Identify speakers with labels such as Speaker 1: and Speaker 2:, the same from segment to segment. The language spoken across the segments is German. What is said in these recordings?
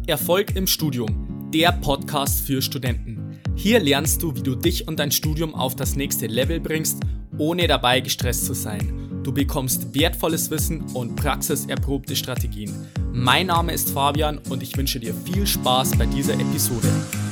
Speaker 1: Erfolg im Studium, der Podcast für Studenten. Hier lernst du, wie du dich und dein Studium auf das nächste Level bringst, ohne dabei gestresst zu sein. Du bekommst wertvolles Wissen und praxiserprobte Strategien. Mein Name ist Fabian und ich wünsche dir viel Spaß bei dieser Episode.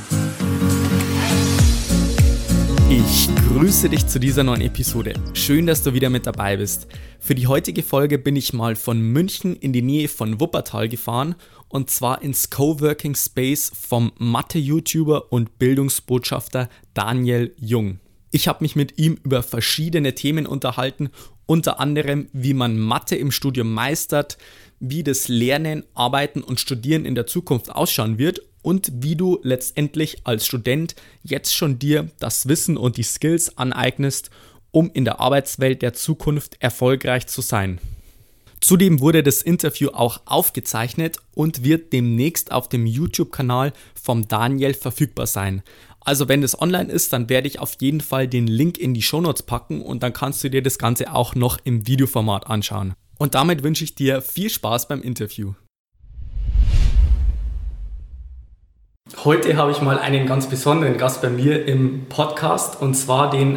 Speaker 1: Ich grüße dich zu dieser neuen Episode. Schön, dass du wieder mit dabei bist. Für die heutige Folge bin ich mal von München in die Nähe von Wuppertal gefahren und zwar ins Coworking Space vom Mathe-YouTuber und Bildungsbotschafter Daniel Jung. Ich habe mich mit ihm über verschiedene Themen unterhalten, unter anderem, wie man Mathe im Studium meistert, wie das Lernen, Arbeiten und Studieren in der Zukunft ausschauen wird und wie du letztendlich als Student jetzt schon dir das Wissen und die Skills aneignest, um in der Arbeitswelt der Zukunft erfolgreich zu sein. Zudem wurde das Interview auch aufgezeichnet und wird demnächst auf dem YouTube-Kanal vom Daniel verfügbar sein. Also wenn das online ist, dann werde ich auf jeden Fall den Link in die Shownotes packen und dann kannst du dir das Ganze auch noch im Videoformat anschauen. Und damit wünsche ich dir viel Spaß beim Interview. Heute habe ich mal einen ganz besonderen Gast bei mir im Podcast und zwar den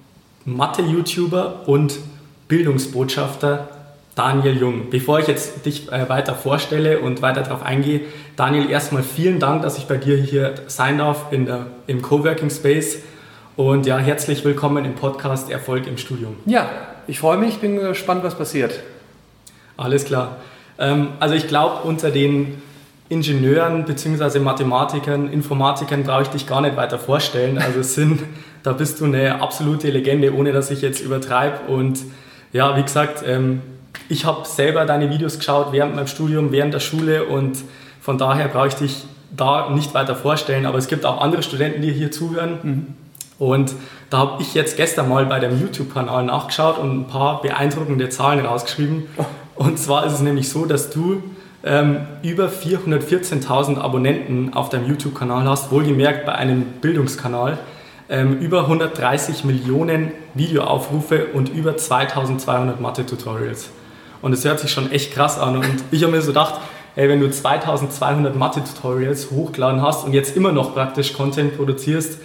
Speaker 1: Mathe-YouTuber und Bildungsbotschafter Daniel Jung. Bevor ich jetzt dich weiter vorstelle und weiter darauf eingehe, Daniel, erstmal vielen Dank, dass ich bei dir hier sein darf im Coworking Space und ja, herzlich willkommen im Podcast Erfolg im Studium.
Speaker 2: Ja, ich freue mich, bin gespannt, was passiert.
Speaker 1: Alles klar. Also ich glaube, unter den Ingenieuren bzw. Mathematikern, Informatikern brauche ich dich gar nicht weiter vorstellen. Also da bist du eine absolute Legende, ohne dass ich jetzt übertreibe. Und ja, wie gesagt, ich habe selber deine Videos geschaut während meinem Studium, während der Schule und von daher brauche ich dich da nicht weiter vorstellen. Aber es gibt auch andere Studenten, die hier zuhören. Und da habe ich jetzt gestern mal bei dem YouTube-Kanal nachgeschaut und ein paar beeindruckende Zahlen rausgeschrieben. Und zwar ist es nämlich so, dass du über 414.000 Abonnenten auf deinem YouTube-Kanal hast, wohlgemerkt bei einem Bildungskanal, über 130 Millionen Videoaufrufe und über 2.200 Mathe-Tutorials. Und das hört sich schon echt krass an. Und ich habe mir so gedacht, hey, wenn du 2.200 Mathe-Tutorials hochgeladen hast und jetzt immer noch praktisch Content produzierst,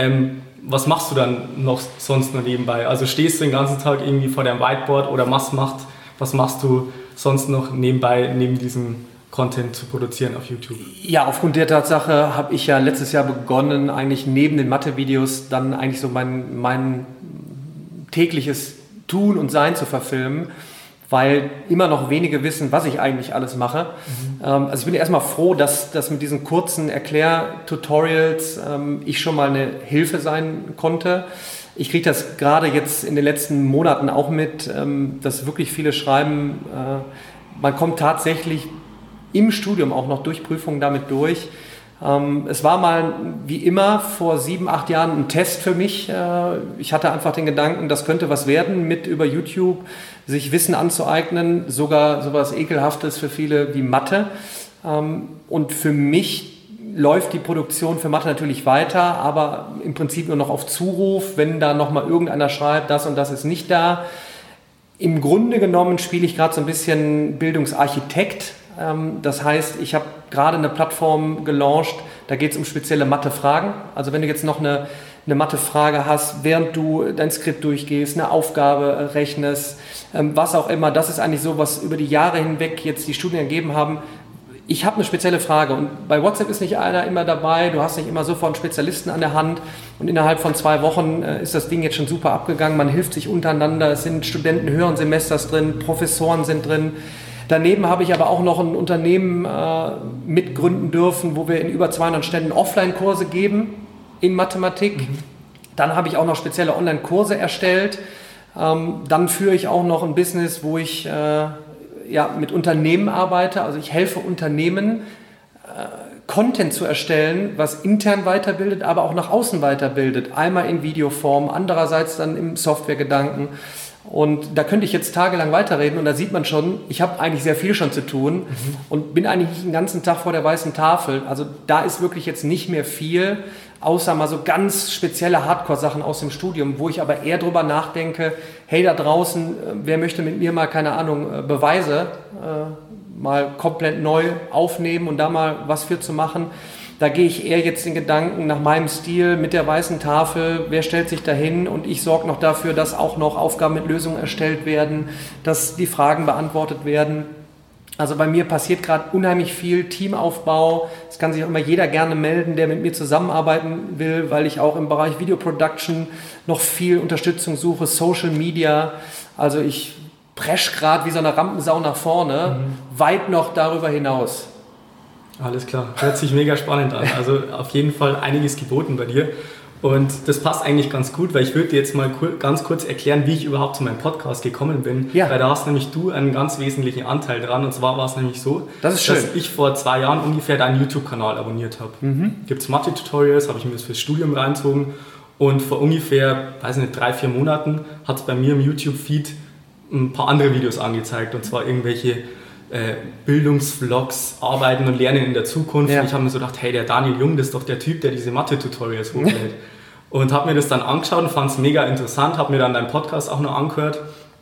Speaker 1: was machst du dann sonst noch nebenbei? Also stehst du den ganzen Tag irgendwie vor deinem Whiteboard oder was machst du sonst noch nebenbei, neben diesem Content zu produzieren auf YouTube?
Speaker 2: Ja, aufgrund der Tatsache habe ich ja letztes Jahr begonnen, eigentlich neben den Mathe-Videos dann eigentlich so mein tägliches Tun und Sein zu verfilmen, weil immer noch wenige wissen, was ich eigentlich alles mache. Also ich bin erstmal froh, dass mit diesen kurzen Erklärtutorials ich schon mal eine Hilfe sein konnte. Ich kriege das gerade jetzt in den letzten Monaten auch mit, dass wirklich viele schreiben, man kommt tatsächlich im Studium auch noch durch Prüfungen damit durch. Es war mal, wie immer, vor 7, 8 Jahren ein Test für mich. Ich hatte einfach den Gedanken, das könnte was werden, mit über YouTube sich Wissen anzueignen, sogar sowas Ekelhaftes für viele wie Mathe. Und für mich läuft die Produktion für Mathe natürlich weiter, aber im Prinzip nur noch auf Zuruf, wenn da nochmal irgendeiner schreibt, das und das ist nicht da. Im Grunde genommen spiele ich gerade so ein bisschen Bildungsarchitekt. Das heißt, ich habe gerade eine Plattform gelauncht, da geht es um spezielle Mathefragen. Also wenn du jetzt noch eine Mathefrage hast, während du dein Skript durchgehst, eine Aufgabe rechnest, was auch immer, das ist eigentlich so, was über die Jahre hinweg jetzt die Studien ergeben haben. Ich habe eine spezielle Frage und bei WhatsApp ist nicht einer immer dabei, du hast nicht immer sofort einen Spezialisten an der Hand und innerhalb von 2 Wochen ist das Ding jetzt schon super abgegangen, man hilft sich untereinander, es sind Studenten höheren Semesters drin, Professoren sind drin. Daneben habe ich aber auch noch ein Unternehmen mitgründen dürfen, wo wir in über 200 Städten Offline-Kurse geben in Mathematik. Dann habe ich auch noch spezielle Online-Kurse erstellt. Dann führe ich auch noch ein Business, wo ich mit Unternehmen arbeite. Also ich helfe Unternehmen, Content zu erstellen, was intern weiterbildet, aber auch nach außen weiterbildet. Einmal in Videoform, andererseits dann im Softwaregedanken. Und da könnte ich jetzt tagelang weiterreden und da sieht man schon, ich habe eigentlich sehr viel schon zu tun und bin eigentlich nicht den ganzen Tag vor der weißen Tafel. Also da ist wirklich jetzt nicht mehr viel, außer mal so ganz spezielle Hardcore-Sachen aus dem Studium, wo ich aber eher drüber nachdenke, hey da draußen, wer möchte mit mir mal, keine Ahnung, Beweise mal komplett neu aufnehmen und da mal was für zu machen. Da gehe ich eher jetzt den Gedanken nach meinem Stil mit der weißen Tafel, wer stellt sich dahin und ich sorge noch dafür, dass auch noch Aufgaben mit Lösungen erstellt werden, dass die Fragen beantwortet werden. Also bei mir passiert gerade unheimlich viel Teamaufbau. Es kann sich auch immer jeder gerne melden, der mit mir zusammenarbeiten will, weil ich auch im Bereich Video Production noch viel Unterstützung suche, Social Media. Also ich presch gerade wie so eine Rampensau nach vorne, weit noch darüber hinaus.
Speaker 1: Alles klar, hört sich mega spannend an. Also auf jeden Fall einiges geboten bei dir. Und das passt eigentlich ganz gut, weil ich würde dir jetzt mal ganz kurz erklären, wie ich überhaupt zu meinem Podcast gekommen bin. Ja. Weil da hast nämlich du einen ganz wesentlichen Anteil dran. Und zwar war es nämlich so, dass ich vor 2 Jahren ungefähr deinen YouTube-Kanal abonniert habe. Gibt es Mathe-Tutorials, habe ich mir das fürs Studium reinzogen. Und vor ungefähr, 3-4 Monaten hat es bei mir im YouTube-Feed ein paar andere Videos angezeigt. Und zwar irgendwelche Bildungsvlogs, Arbeiten und Lernen in der Zukunft. Ja. Und ich habe mir so gedacht, hey, der Daniel Jung, das ist doch der Typ, der diese Mathe-Tutorials hochlädt. Und habe mir das dann angeschaut und fand es mega interessant, habe mir dann deinen Podcast auch noch angehört.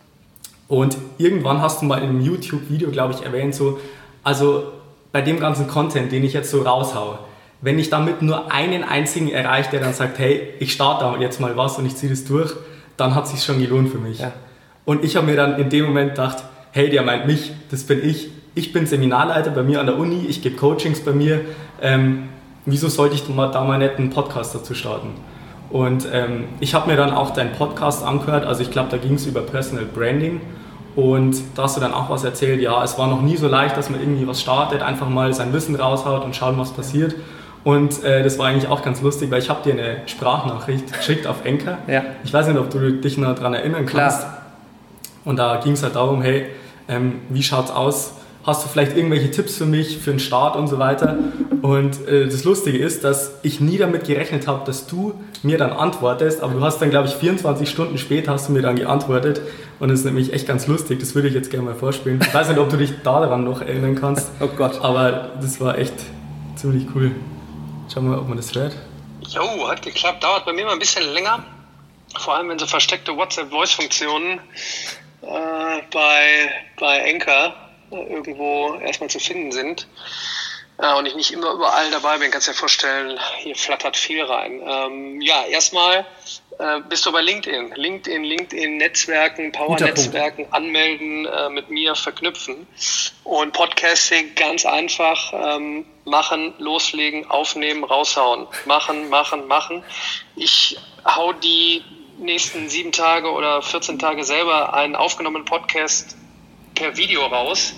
Speaker 1: Und irgendwann hast du mal in einem YouTube-Video, glaube ich, erwähnt, also bei dem ganzen Content, den ich jetzt so raushaue, wenn ich damit nur einen einzigen erreiche, der dann sagt, hey, ich starte da jetzt mal was und ich ziehe das durch, dann hat es sich schon gelohnt für mich. Ja. Und ich habe mir dann in dem Moment gedacht, hey, der meint mich, das bin ich. Ich bin Seminarleiter bei mir an der Uni, ich gebe Coachings bei mir. Wieso sollte ich da mal nicht einen Podcast dazu starten? Und ich habe mir dann auch deinen Podcast angehört, also ich glaube, da ging es über Personal Branding. Und da hast du dann auch was erzählt, ja, es war noch nie so leicht, dass man irgendwie was startet, einfach mal sein Wissen raushaut und schauen, was passiert. Und das war eigentlich auch ganz lustig, weil ich habe dir eine Sprachnachricht geschickt auf Anchor. Ja. Ich weiß nicht, ob du dich noch daran erinnern kannst. Klar. Und da ging es halt darum, hey, wie schaut's aus? Hast du vielleicht irgendwelche Tipps für mich, für den Start und so weiter? Und das Lustige ist, dass ich nie damit gerechnet habe, dass du mir dann antwortest, aber du hast dann, glaube ich, 24 Stunden später hast du mir dann geantwortet und das ist nämlich echt ganz lustig, das würde ich jetzt gerne mal vorspielen. Ich weiß nicht, ob du dich daran noch erinnern kannst,
Speaker 2: oh Gott.
Speaker 1: Aber das war echt ziemlich cool. Schauen wir mal, ob man das hört.
Speaker 3: Jo, hat geklappt, dauert bei mir mal ein bisschen länger, vor allem wenn so versteckte WhatsApp-Voice-Funktionen bei Anchor irgendwo erstmal zu finden sind und ich nicht immer überall dabei bin, kannst dir vorstellen, hier flattert viel rein. Erstmal bist du bei LinkedIn, Netzwerken, Power-Netzwerken anmelden, mit mir verknüpfen und Podcasting ganz einfach machen, loslegen, aufnehmen, raushauen, machen. Ich hau die nächsten 7 Tage oder 14 Tage selber einen aufgenommenen Podcast per Video raus.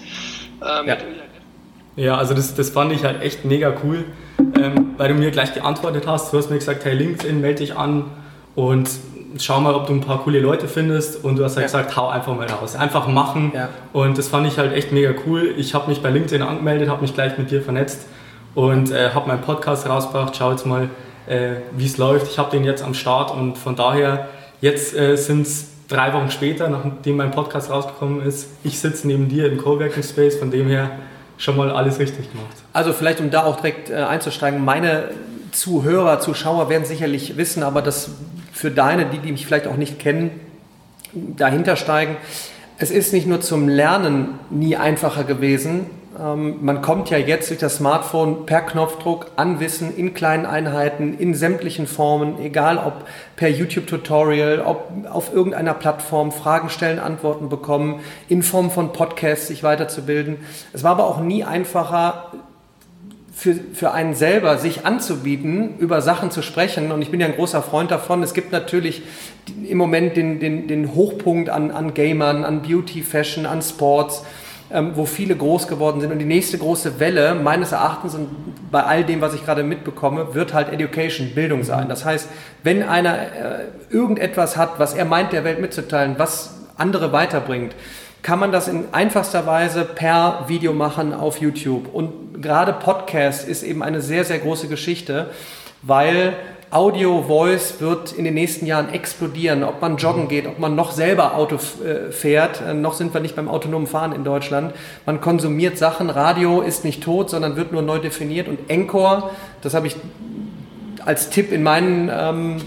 Speaker 1: Ja, also das fand ich halt echt mega cool, weil du mir gleich geantwortet hast. Du hast mir gesagt, hey, LinkedIn, melde dich an und schau mal, ob du ein paar coole Leute findest. Und du hast halt gesagt, hau einfach mal raus, einfach machen. Ja. Und das fand ich halt echt mega cool. Ich habe mich bei LinkedIn angemeldet, habe mich gleich mit dir vernetzt und habe meinen Podcast rausgebracht. Schau jetzt mal, wie es läuft. Ich habe den jetzt am Start und von daher, jetzt sind es 3 Wochen später, nachdem mein Podcast rausgekommen ist. Ich sitze neben dir im Coworking Space, von dem her schon mal alles richtig gemacht.
Speaker 2: Also vielleicht, um da auch direkt einzusteigen, meine Zuhörer, Zuschauer werden sicherlich wissen, aber das für deine, die mich vielleicht auch nicht kennen, dahinter steigen. Es ist nicht nur zum Lernen nie einfacher gewesen. Man kommt ja jetzt durch das Smartphone per Knopfdruck an Wissen in kleinen Einheiten, in sämtlichen Formen, egal ob per YouTube-Tutorial, ob auf irgendeiner Plattform, Fragen stellen, Antworten bekommen, in Form von Podcasts sich weiterzubilden. Es war aber auch nie einfacher für einen selber, sich anzubieten, über Sachen zu sprechen. Und ich bin ja ein großer Freund davon. Es gibt natürlich im Moment den Hochpunkt an Gamern, an Beauty, Fashion, an Sports, wo viele groß geworden sind. Und die nächste große Welle, meines Erachtens, und bei all dem, was ich gerade mitbekomme, wird halt Education, Bildung sein. Das heißt, wenn einer irgendetwas hat, was er meint, der Welt mitzuteilen, was andere weiterbringt, kann man das in einfachster Weise per Video machen auf YouTube. Und gerade Podcast ist eben eine sehr, sehr große Geschichte, weil Audio, Voice wird in den nächsten Jahren explodieren. Ob man joggen geht, ob man noch selber Auto fährt, noch sind wir nicht beim autonomen Fahren in Deutschland. Man konsumiert Sachen, Radio ist nicht tot, sondern wird nur neu definiert. Und Anchor, das habe ich als Tipp in meinen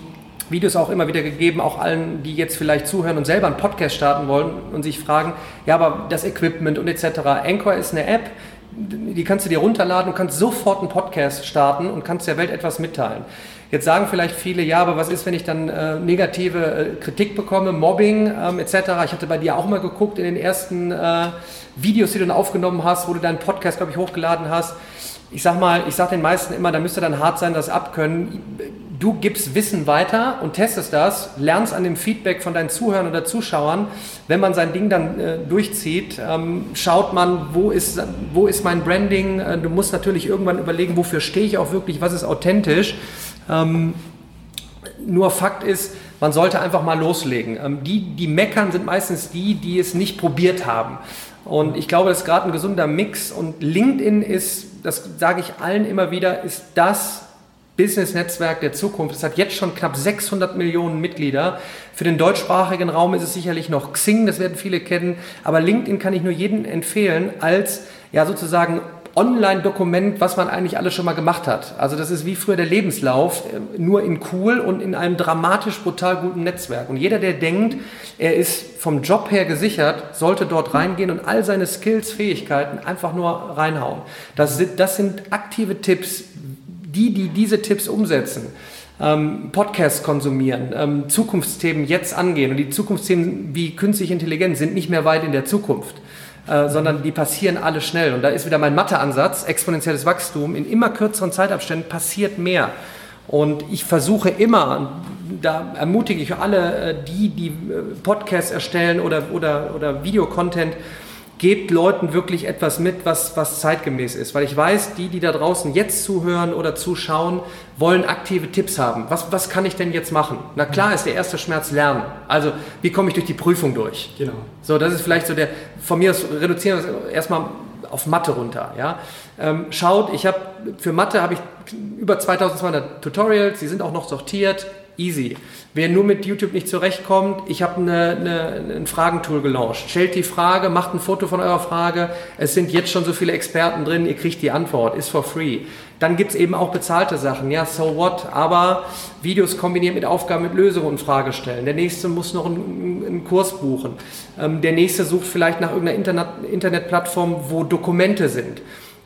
Speaker 2: Videos auch immer wieder gegeben, auch allen, die jetzt vielleicht zuhören und selber einen Podcast starten wollen und sich fragen, ja, aber das Equipment und etc. Anchor ist eine App, die kannst du dir runterladen und kannst sofort einen Podcast starten und kannst der Welt etwas mitteilen. Jetzt sagen vielleicht viele, ja, aber was ist, wenn ich dann negative Kritik bekomme, Mobbing etc. Ich hatte bei dir auch mal geguckt in den ersten Videos, die du dann aufgenommen hast, wo du deinen Podcast, glaube ich, hochgeladen hast. Ich sag den meisten immer, da müsste dann hart sein, das abkönnen. Du gibst Wissen weiter und testest das, lernst an dem Feedback von deinen Zuhörern oder Zuschauern. Wenn man sein Ding dann durchzieht, schaut man, wo ist mein Branding. Du musst natürlich irgendwann überlegen, wofür stehe ich auch wirklich, was ist authentisch. Nur Fakt ist, man sollte einfach mal loslegen. Die meckern, sind meistens die es nicht probiert haben. Und ich glaube, das ist gerade ein gesunder Mix. Und LinkedIn ist, das sage ich allen immer wieder, ist das Business-Netzwerk der Zukunft. Es hat jetzt schon knapp 600 Millionen Mitglieder. Für den deutschsprachigen Raum ist es sicherlich noch Xing, das werden viele kennen. Aber LinkedIn kann ich nur jedem empfehlen als ja sozusagen Online-Dokument, was man eigentlich alles schon mal gemacht hat. Also das ist wie früher der Lebenslauf, nur in cool und in einem dramatisch brutal guten Netzwerk. Und jeder, der denkt, er ist vom Job her gesichert, sollte dort reingehen und all seine Skills, Fähigkeiten einfach nur reinhauen. Das sind aktive Tipps, die diese Tipps umsetzen. Podcasts konsumieren, Zukunftsthemen jetzt angehen. Und die Zukunftsthemen wie künstliche Intelligenz sind nicht mehr weit in der Zukunft, sondern die passieren alle schnell. Und da ist wieder mein Mathe-Ansatz, exponentielles Wachstum. In immer kürzeren Zeitabständen passiert mehr. Und ich versuche immer, da ermutige ich alle, die Podcasts erstellen oder Videocontent, gebt Leuten wirklich etwas mit, was zeitgemäß ist. Weil ich weiß, die da draußen jetzt zuhören oder zuschauen, wollen aktive Tipps haben. Was kann ich denn jetzt machen? Na klar ist der erste Schmerz Lernen. Also, wie komme ich durch die Prüfung durch?
Speaker 1: Genau.
Speaker 2: So, das ist vielleicht so von mir aus, reduzieren wir das erstmal auf Mathe runter. Ja? Schaut, für Mathe habe ich über 2200 Tutorials, die sind auch noch sortiert. Easy. Wer nur mit YouTube nicht zurechtkommt, ich habe ein Fragentool gelauncht. Stellt die Frage, macht ein Foto von eurer Frage. Es sind jetzt schon so viele Experten drin, ihr kriegt die Antwort, ist for free. Dann gibt es eben auch bezahlte Sachen, ja, so what, aber Videos kombiniert mit Aufgaben, mit Lösungen und Frage stellen. Der nächste muss noch einen Kurs buchen. Der nächste sucht vielleicht nach irgendeiner Internetplattform, wo Dokumente sind.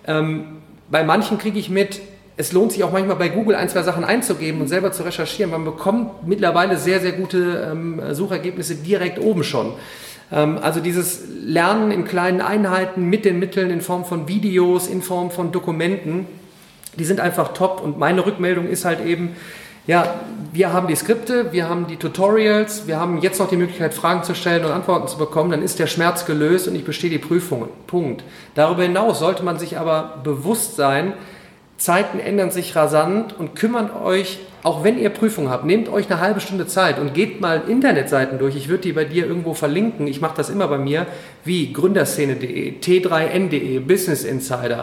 Speaker 2: Bei manchen kriege ich mit, es lohnt sich auch manchmal bei Google ein, zwei Sachen einzugeben und selber zu recherchieren. Man bekommt mittlerweile sehr, sehr gute Suchergebnisse direkt oben schon. Also dieses Lernen in kleinen Einheiten mit den Mitteln in Form von Videos, in Form von Dokumenten, die sind einfach top. Und meine Rückmeldung ist halt eben, ja, wir haben die Skripte, wir haben die Tutorials, wir haben jetzt noch die Möglichkeit, Fragen zu stellen und Antworten zu bekommen, dann ist der Schmerz gelöst und ich bestehe die Prüfungen. Punkt. Darüber hinaus sollte man sich aber bewusst sein, Zeiten ändern sich rasant und kümmert euch, auch wenn ihr Prüfungen habt, nehmt euch eine halbe Stunde Zeit und geht mal Internetseiten durch. Ich würde die bei dir irgendwo verlinken. Ich mache das immer bei mir, wie gründerszene.de, t3n.de, Business Insider,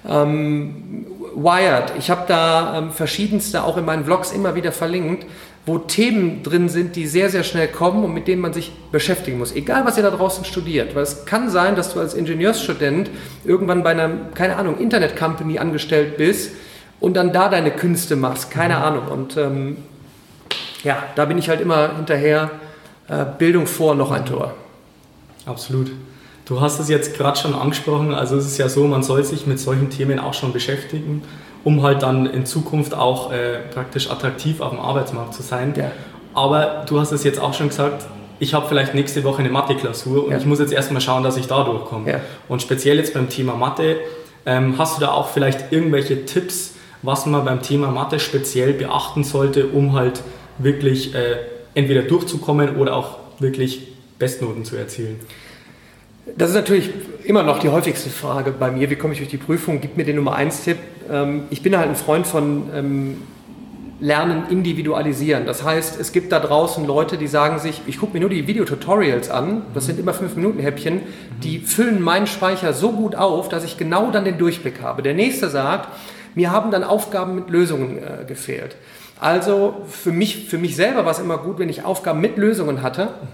Speaker 2: Wired. Ich habe da verschiedenste, auch in meinen Vlogs immer wieder verlinkt, wo Themen drin sind, die sehr, sehr schnell kommen und mit denen man sich beschäftigen muss. Egal, was ihr da draußen studiert. Weil es kann sein, dass du als Ingenieursstudent irgendwann bei einer, keine Ahnung, Internet-Company angestellt bist und dann da deine Künste machst. Keine Ahnung. Und ja, da bin ich halt immer hinterher. Bildung vor, noch ein Tor.
Speaker 1: Absolut. Du hast es jetzt gerade schon angesprochen. Also es ist ja so, man soll sich mit solchen Themen auch schon beschäftigen, um halt dann in Zukunft auch praktisch attraktiv auf dem Arbeitsmarkt zu sein. Ja. Aber du hast es jetzt auch schon gesagt, ich habe vielleicht nächste Woche eine Mathe-Klausur und ich muss jetzt erstmal schauen, dass ich da durchkomme. Ja. Und speziell jetzt beim Thema Mathe, hast du da auch vielleicht irgendwelche Tipps, was man beim Thema Mathe speziell beachten sollte, um halt wirklich entweder durchzukommen oder auch wirklich Bestnoten zu erzielen?
Speaker 2: Das ist natürlich immer noch die häufigste Frage bei mir. Wie komme ich durch die Prüfung? Gib mir den Nummer 1 Tipp. Ich bin halt ein Freund von Lernen individualisieren. Das heißt, es gibt da draußen Leute, die sagen sich, ich gucke mir nur die Videotutorials an, das sind immer 5-Minuten-Häppchen, die füllen meinen Speicher so gut auf, dass ich genau dann den Durchblick habe. Der nächste sagt, mir haben dann Aufgaben mit Lösungen gefehlt. Also für mich selber war es immer gut, wenn ich Aufgaben mit Lösungen hatte,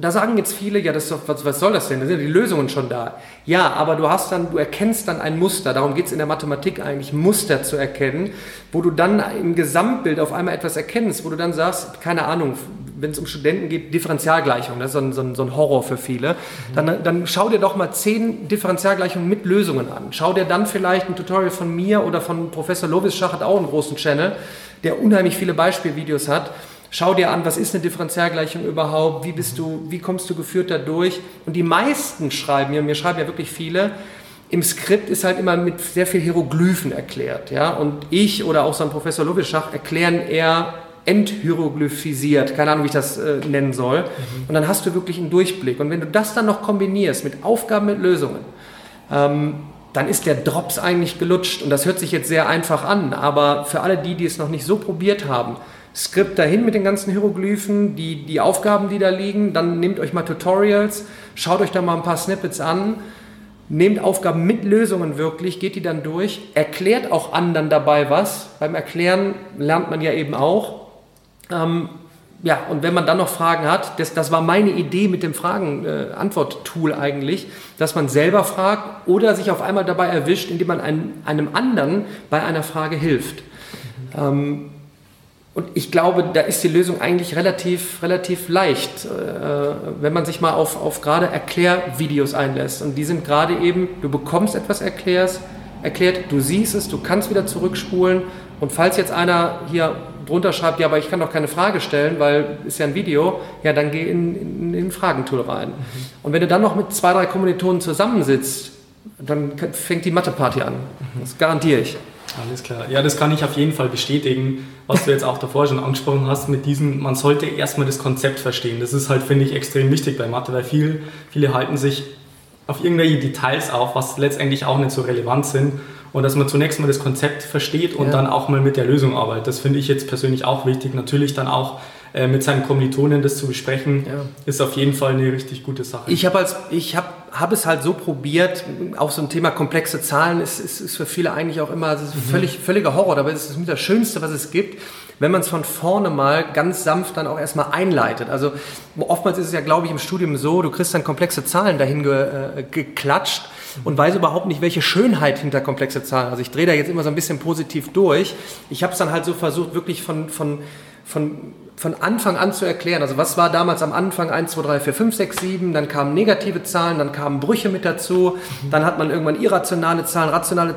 Speaker 2: Da sagen jetzt viele, ja, das ist doch, was soll das denn? Da sind ja die Lösungen schon da. Ja, aber du erkennst dann ein Muster. Darum geht es in der Mathematik eigentlich, Muster zu erkennen, wo du dann im Gesamtbild auf einmal etwas erkennst, wo du dann sagst, keine Ahnung, wenn es um Studenten geht, Differentialgleichungen, das ist so ein Horror für viele, dann schau dir doch mal 10 Differentialgleichungen mit Lösungen an. Schau dir dann vielleicht ein Tutorial von mir oder von Professor Lovischach, hat auch einen großen Channel, der unheimlich viele Beispielvideos hat. Schau dir an, was ist eine Differentialgleichung überhaupt, wie kommst du geführt da durch? Und die meisten schreiben mir schreiben ja wirklich viele, im Skript ist halt immer mit sehr viel Hieroglyphen erklärt. Ja? Und ich oder auch so ein Professor Lovischach erklären eher enthieroglyphisiert, keine Ahnung, wie ich das nennen soll. Und dann hast du wirklich einen Durchblick. Und wenn du das dann noch kombinierst mit Aufgaben, mit Lösungen, dann ist der Drops eigentlich gelutscht. Und das hört sich jetzt sehr einfach an, aber für alle die es noch nicht so probiert haben, Skript dahin mit den ganzen Hieroglyphen, die Aufgaben, die da liegen, dann nehmt euch mal Tutorials, schaut euch da mal ein paar Snippets an, nehmt Aufgaben mit Lösungen wirklich, geht die dann durch, erklärt auch anderen dabei was. Beim Erklären lernt man ja eben auch. Ja, und wenn man dann noch Fragen hat, das war meine Idee mit dem Fragen-Antwort-Tool eigentlich, dass man selber fragt oder sich auf einmal dabei erwischt, indem man einem anderen bei einer Frage hilft. Und ich glaube, da ist die Lösung eigentlich relativ leicht, wenn man sich mal auf gerade Erklärvideos einlässt. Und die sind gerade eben, du bekommst etwas erklärt, du siehst es, du kannst wieder zurückspulen. Und falls jetzt einer hier drunter schreibt, ja, aber ich kann doch keine Frage stellen, weil ist ja ein Video, ja, dann geh in ein Fragentool rein. Und wenn du dann noch mit 2, 3 Kommilitonen zusammensitzt, dann fängt die Mathe-Party an. Das garantiere ich.
Speaker 1: Alles klar. Ja, das kann ich auf jeden Fall bestätigen, was du jetzt auch davor schon angesprochen hast, mit diesem, man sollte erstmal das Konzept verstehen. Das ist halt, finde ich, extrem wichtig bei Mathe, weil viele halten sich auf irgendwelche Details auf, was letztendlich auch nicht so relevant sind. Und dass man zunächst mal das Konzept versteht und dann auch mal mit der Lösung arbeitet. Das finde ich jetzt persönlich auch wichtig. Natürlich dann auch mit seinen Kommilitonen das zu besprechen, ist auf jeden Fall eine richtig gute Sache.
Speaker 2: Ich habe es halt so probiert, auch so ein Thema komplexe Zahlen ist für viele eigentlich auch immer völliger Horror, aber es ist mit das Schönste, was es gibt, wenn man es von vorne mal ganz sanft dann auch erstmal einleitet. Also oftmals ist es ja, glaube ich, im Studium so, du kriegst dann komplexe Zahlen dahin geklatscht und weiß überhaupt nicht, welche Schönheit hinter komplexe Zahlen. Also ich drehe da jetzt immer so ein bisschen positiv durch. Ich habe es dann halt so versucht, wirklich von Anfang an zu erklären. Also was war damals am Anfang 1, 2, 3, 4, 5, 6, 7, dann kamen negative Zahlen, dann kamen Brüche mit dazu, dann hat man irgendwann irrationale Zahlen, rationale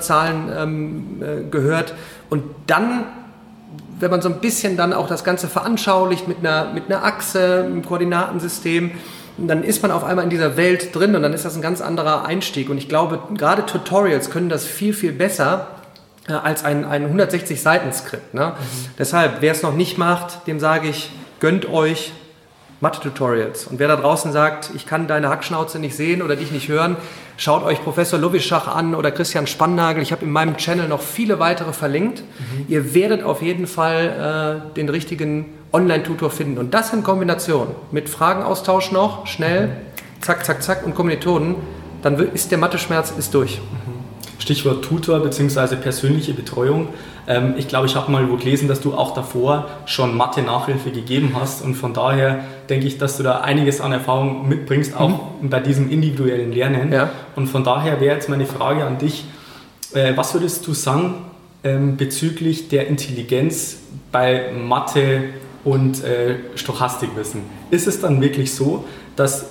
Speaker 2: Zahlen gehört und dann, wenn man so ein bisschen dann auch das Ganze veranschaulicht mit einer Achse, einem Koordinatensystem, dann ist man auf einmal in dieser Welt drin und dann ist das ein ganz anderer Einstieg. Und ich glaube, gerade Tutorials können das viel, viel besser als ein 160-Seiten-Skript. Ne? Deshalb, wer es noch nicht macht, dem sage ich, gönnt euch Mathe-Tutorials. Und wer da draußen sagt, ich kann deine Hackschnauze nicht sehen oder dich nicht hören, schaut euch Professor Lovischach an oder Christian Spannagel. Ich habe in meinem Channel noch viele weitere verlinkt. Ihr werdet auf jeden Fall den richtigen Online-Tutor finden. Und das in Kombination mit Fragenaustausch noch, schnell, zack, zack, zack und Kommilitonen, dann ist der Mathe-Schmerz durch.
Speaker 1: Stichwort Tutor bzw. persönliche Betreuung. Ich glaube, ich habe mal wo gelesen, dass du auch davor schon Mathe-Nachhilfe gegeben hast und von daher denke ich, dass du da einiges an Erfahrung mitbringst, auch bei diesem individuellen Lernen. Ja. Und von daher wäre jetzt meine Frage an dich, was würdest du sagen bezüglich der Intelligenz bei Mathe und Stochastikwissen? Ist es dann wirklich so, dass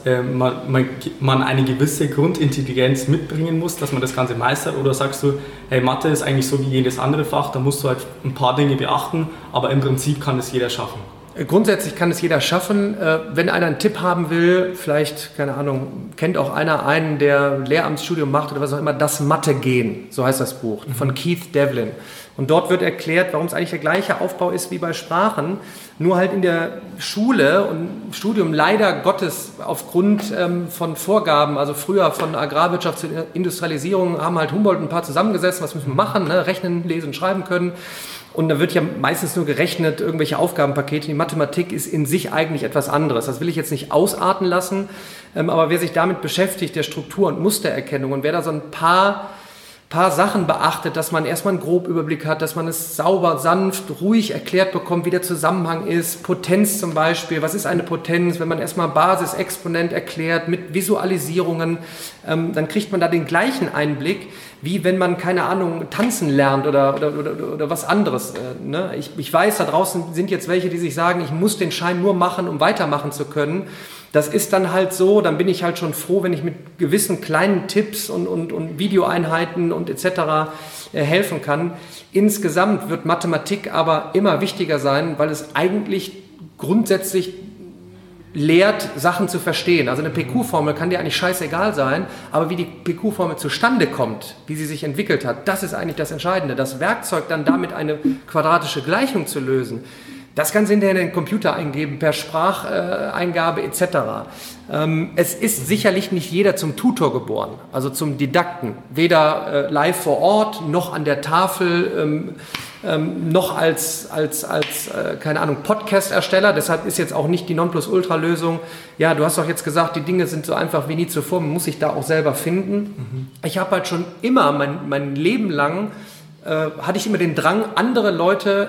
Speaker 1: man eine gewisse Grundintelligenz mitbringen muss, dass man das Ganze meistert? Oder sagst du, hey, Mathe ist eigentlich so wie jedes andere Fach, da musst du halt ein paar Dinge beachten, aber im Prinzip kann es jeder schaffen?
Speaker 2: Grundsätzlich kann es jeder schaffen. Wenn einer einen Tipp haben will, vielleicht, keine Ahnung, kennt auch einer einen, der Lehramtsstudium macht oder was auch immer, das Mathe-Gen, so heißt das Buch, von Keith Devlin. Und dort wird erklärt, warum es eigentlich der gleiche Aufbau ist wie bei Sprachen, nur halt in der Schule und Studium leider Gottes aufgrund von Vorgaben, also früher von Agrarwirtschaft zur Industrialisierung, haben halt Humboldt ein paar zusammengesessen, was müssen wir machen, ne? Rechnen, lesen, schreiben können. Und da wird ja meistens nur gerechnet, irgendwelche Aufgabenpakete. Die Mathematik ist in sich eigentlich etwas anderes. Das will ich jetzt nicht ausarten lassen, aber wer sich damit beschäftigt, der Struktur- und Mustererkennung und wer da so ein paar paar Sachen beachtet, dass man erstmal einen Grobüberblick hat, dass man es sauber, sanft, ruhig erklärt bekommt, wie der Zusammenhang ist. Potenz zum Beispiel, was ist eine Potenz? Wenn man erstmal Basis, Exponent erklärt mit Visualisierungen, dann kriegt man da den gleichen Einblick, wie wenn man, keine Ahnung, tanzen lernt oder was anderes. Ne? Ich weiß, da draußen sind jetzt welche, die sich sagen, ich muss den Schein nur machen, um weitermachen zu können. Das ist dann halt so, dann bin ich halt schon froh, wenn ich mit gewissen kleinen Tipps und Videoeinheiten und etc. helfen kann. Insgesamt wird Mathematik aber immer wichtiger sein, weil es eigentlich grundsätzlich lehrt, Sachen zu verstehen. Also eine PQ-Formel kann dir eigentlich scheißegal sein, aber wie die PQ-Formel zustande kommt, wie sie sich entwickelt hat, das ist eigentlich das Entscheidende. Das Werkzeug dann damit eine quadratische Gleichung zu lösen, das kannst du hinterher in den Computer eingeben, per Spracheingabe etc. Es ist sicherlich nicht jeder zum Tutor geboren, also zum Didakten. Weder live vor Ort, noch an der Tafel, noch als keine Ahnung, Podcast-Ersteller. Deshalb ist jetzt auch nicht die Nonplusultra-Lösung. Ja, du hast doch jetzt gesagt, die Dinge sind so einfach wie nie zuvor, man muss sich da auch selber finden. Ich habe halt schon immer, mein Leben lang, hatte ich immer den Drang, andere Leute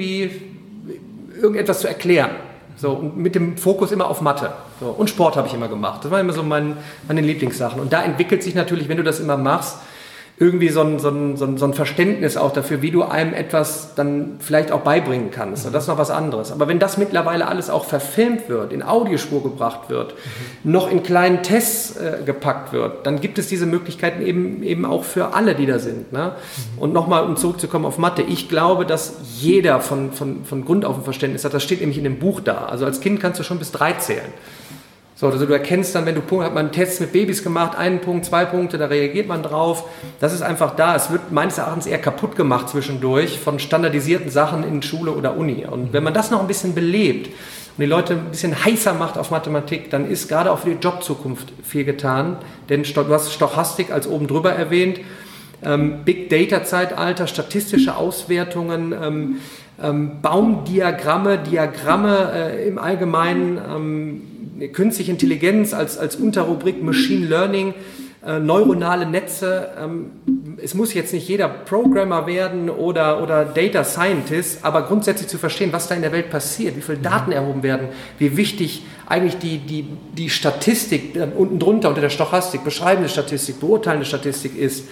Speaker 2: irgendetwas zu erklären. So, und mit dem Fokus immer auf Mathe. So, und Sport habe ich immer gemacht. Das waren immer so meine Lieblingssachen. Und da entwickelt sich natürlich, wenn du das immer machst, irgendwie so ein Verständnis auch dafür, wie du einem etwas dann vielleicht auch beibringen kannst. Und das ist noch was anderes. Aber wenn das mittlerweile alles auch verfilmt wird, in Audiospur gebracht wird, noch in kleinen Tests gepackt wird, dann gibt es diese Möglichkeiten eben auch für alle, die da sind. Ne? Und nochmal, um zurückzukommen auf Mathe, ich glaube, dass jeder von Grund auf ein Verständnis hat. Das steht nämlich in dem Buch da. Also als Kind kannst du schon bis 3 zählen. So, also du erkennst dann, wenn du hat man Tests mit Babys gemacht, 1 Punkt, 2 Punkte, da reagiert man drauf. Das ist einfach da. Es wird meines Erachtens eher kaputt gemacht zwischendurch von standardisierten Sachen in Schule oder Uni. Und wenn man das noch ein bisschen belebt und die Leute ein bisschen heißer macht auf Mathematik, dann ist gerade auch für die Jobzukunft viel getan. Denn du hast Stochastik als oben drüber erwähnt, Big Data Zeitalter, statistische Auswertungen, Baumdiagramme, Diagramme im Allgemeinen, künstliche Intelligenz als Unterrubrik Machine Learning, neuronale Netze. Es muss jetzt nicht jeder Programmer werden oder Data Scientist, aber grundsätzlich zu verstehen, was da in der Welt passiert, wie viele Daten erhoben werden, wie wichtig eigentlich die Statistik unten drunter unter der Stochastik, beschreibende Statistik, beurteilende Statistik ist.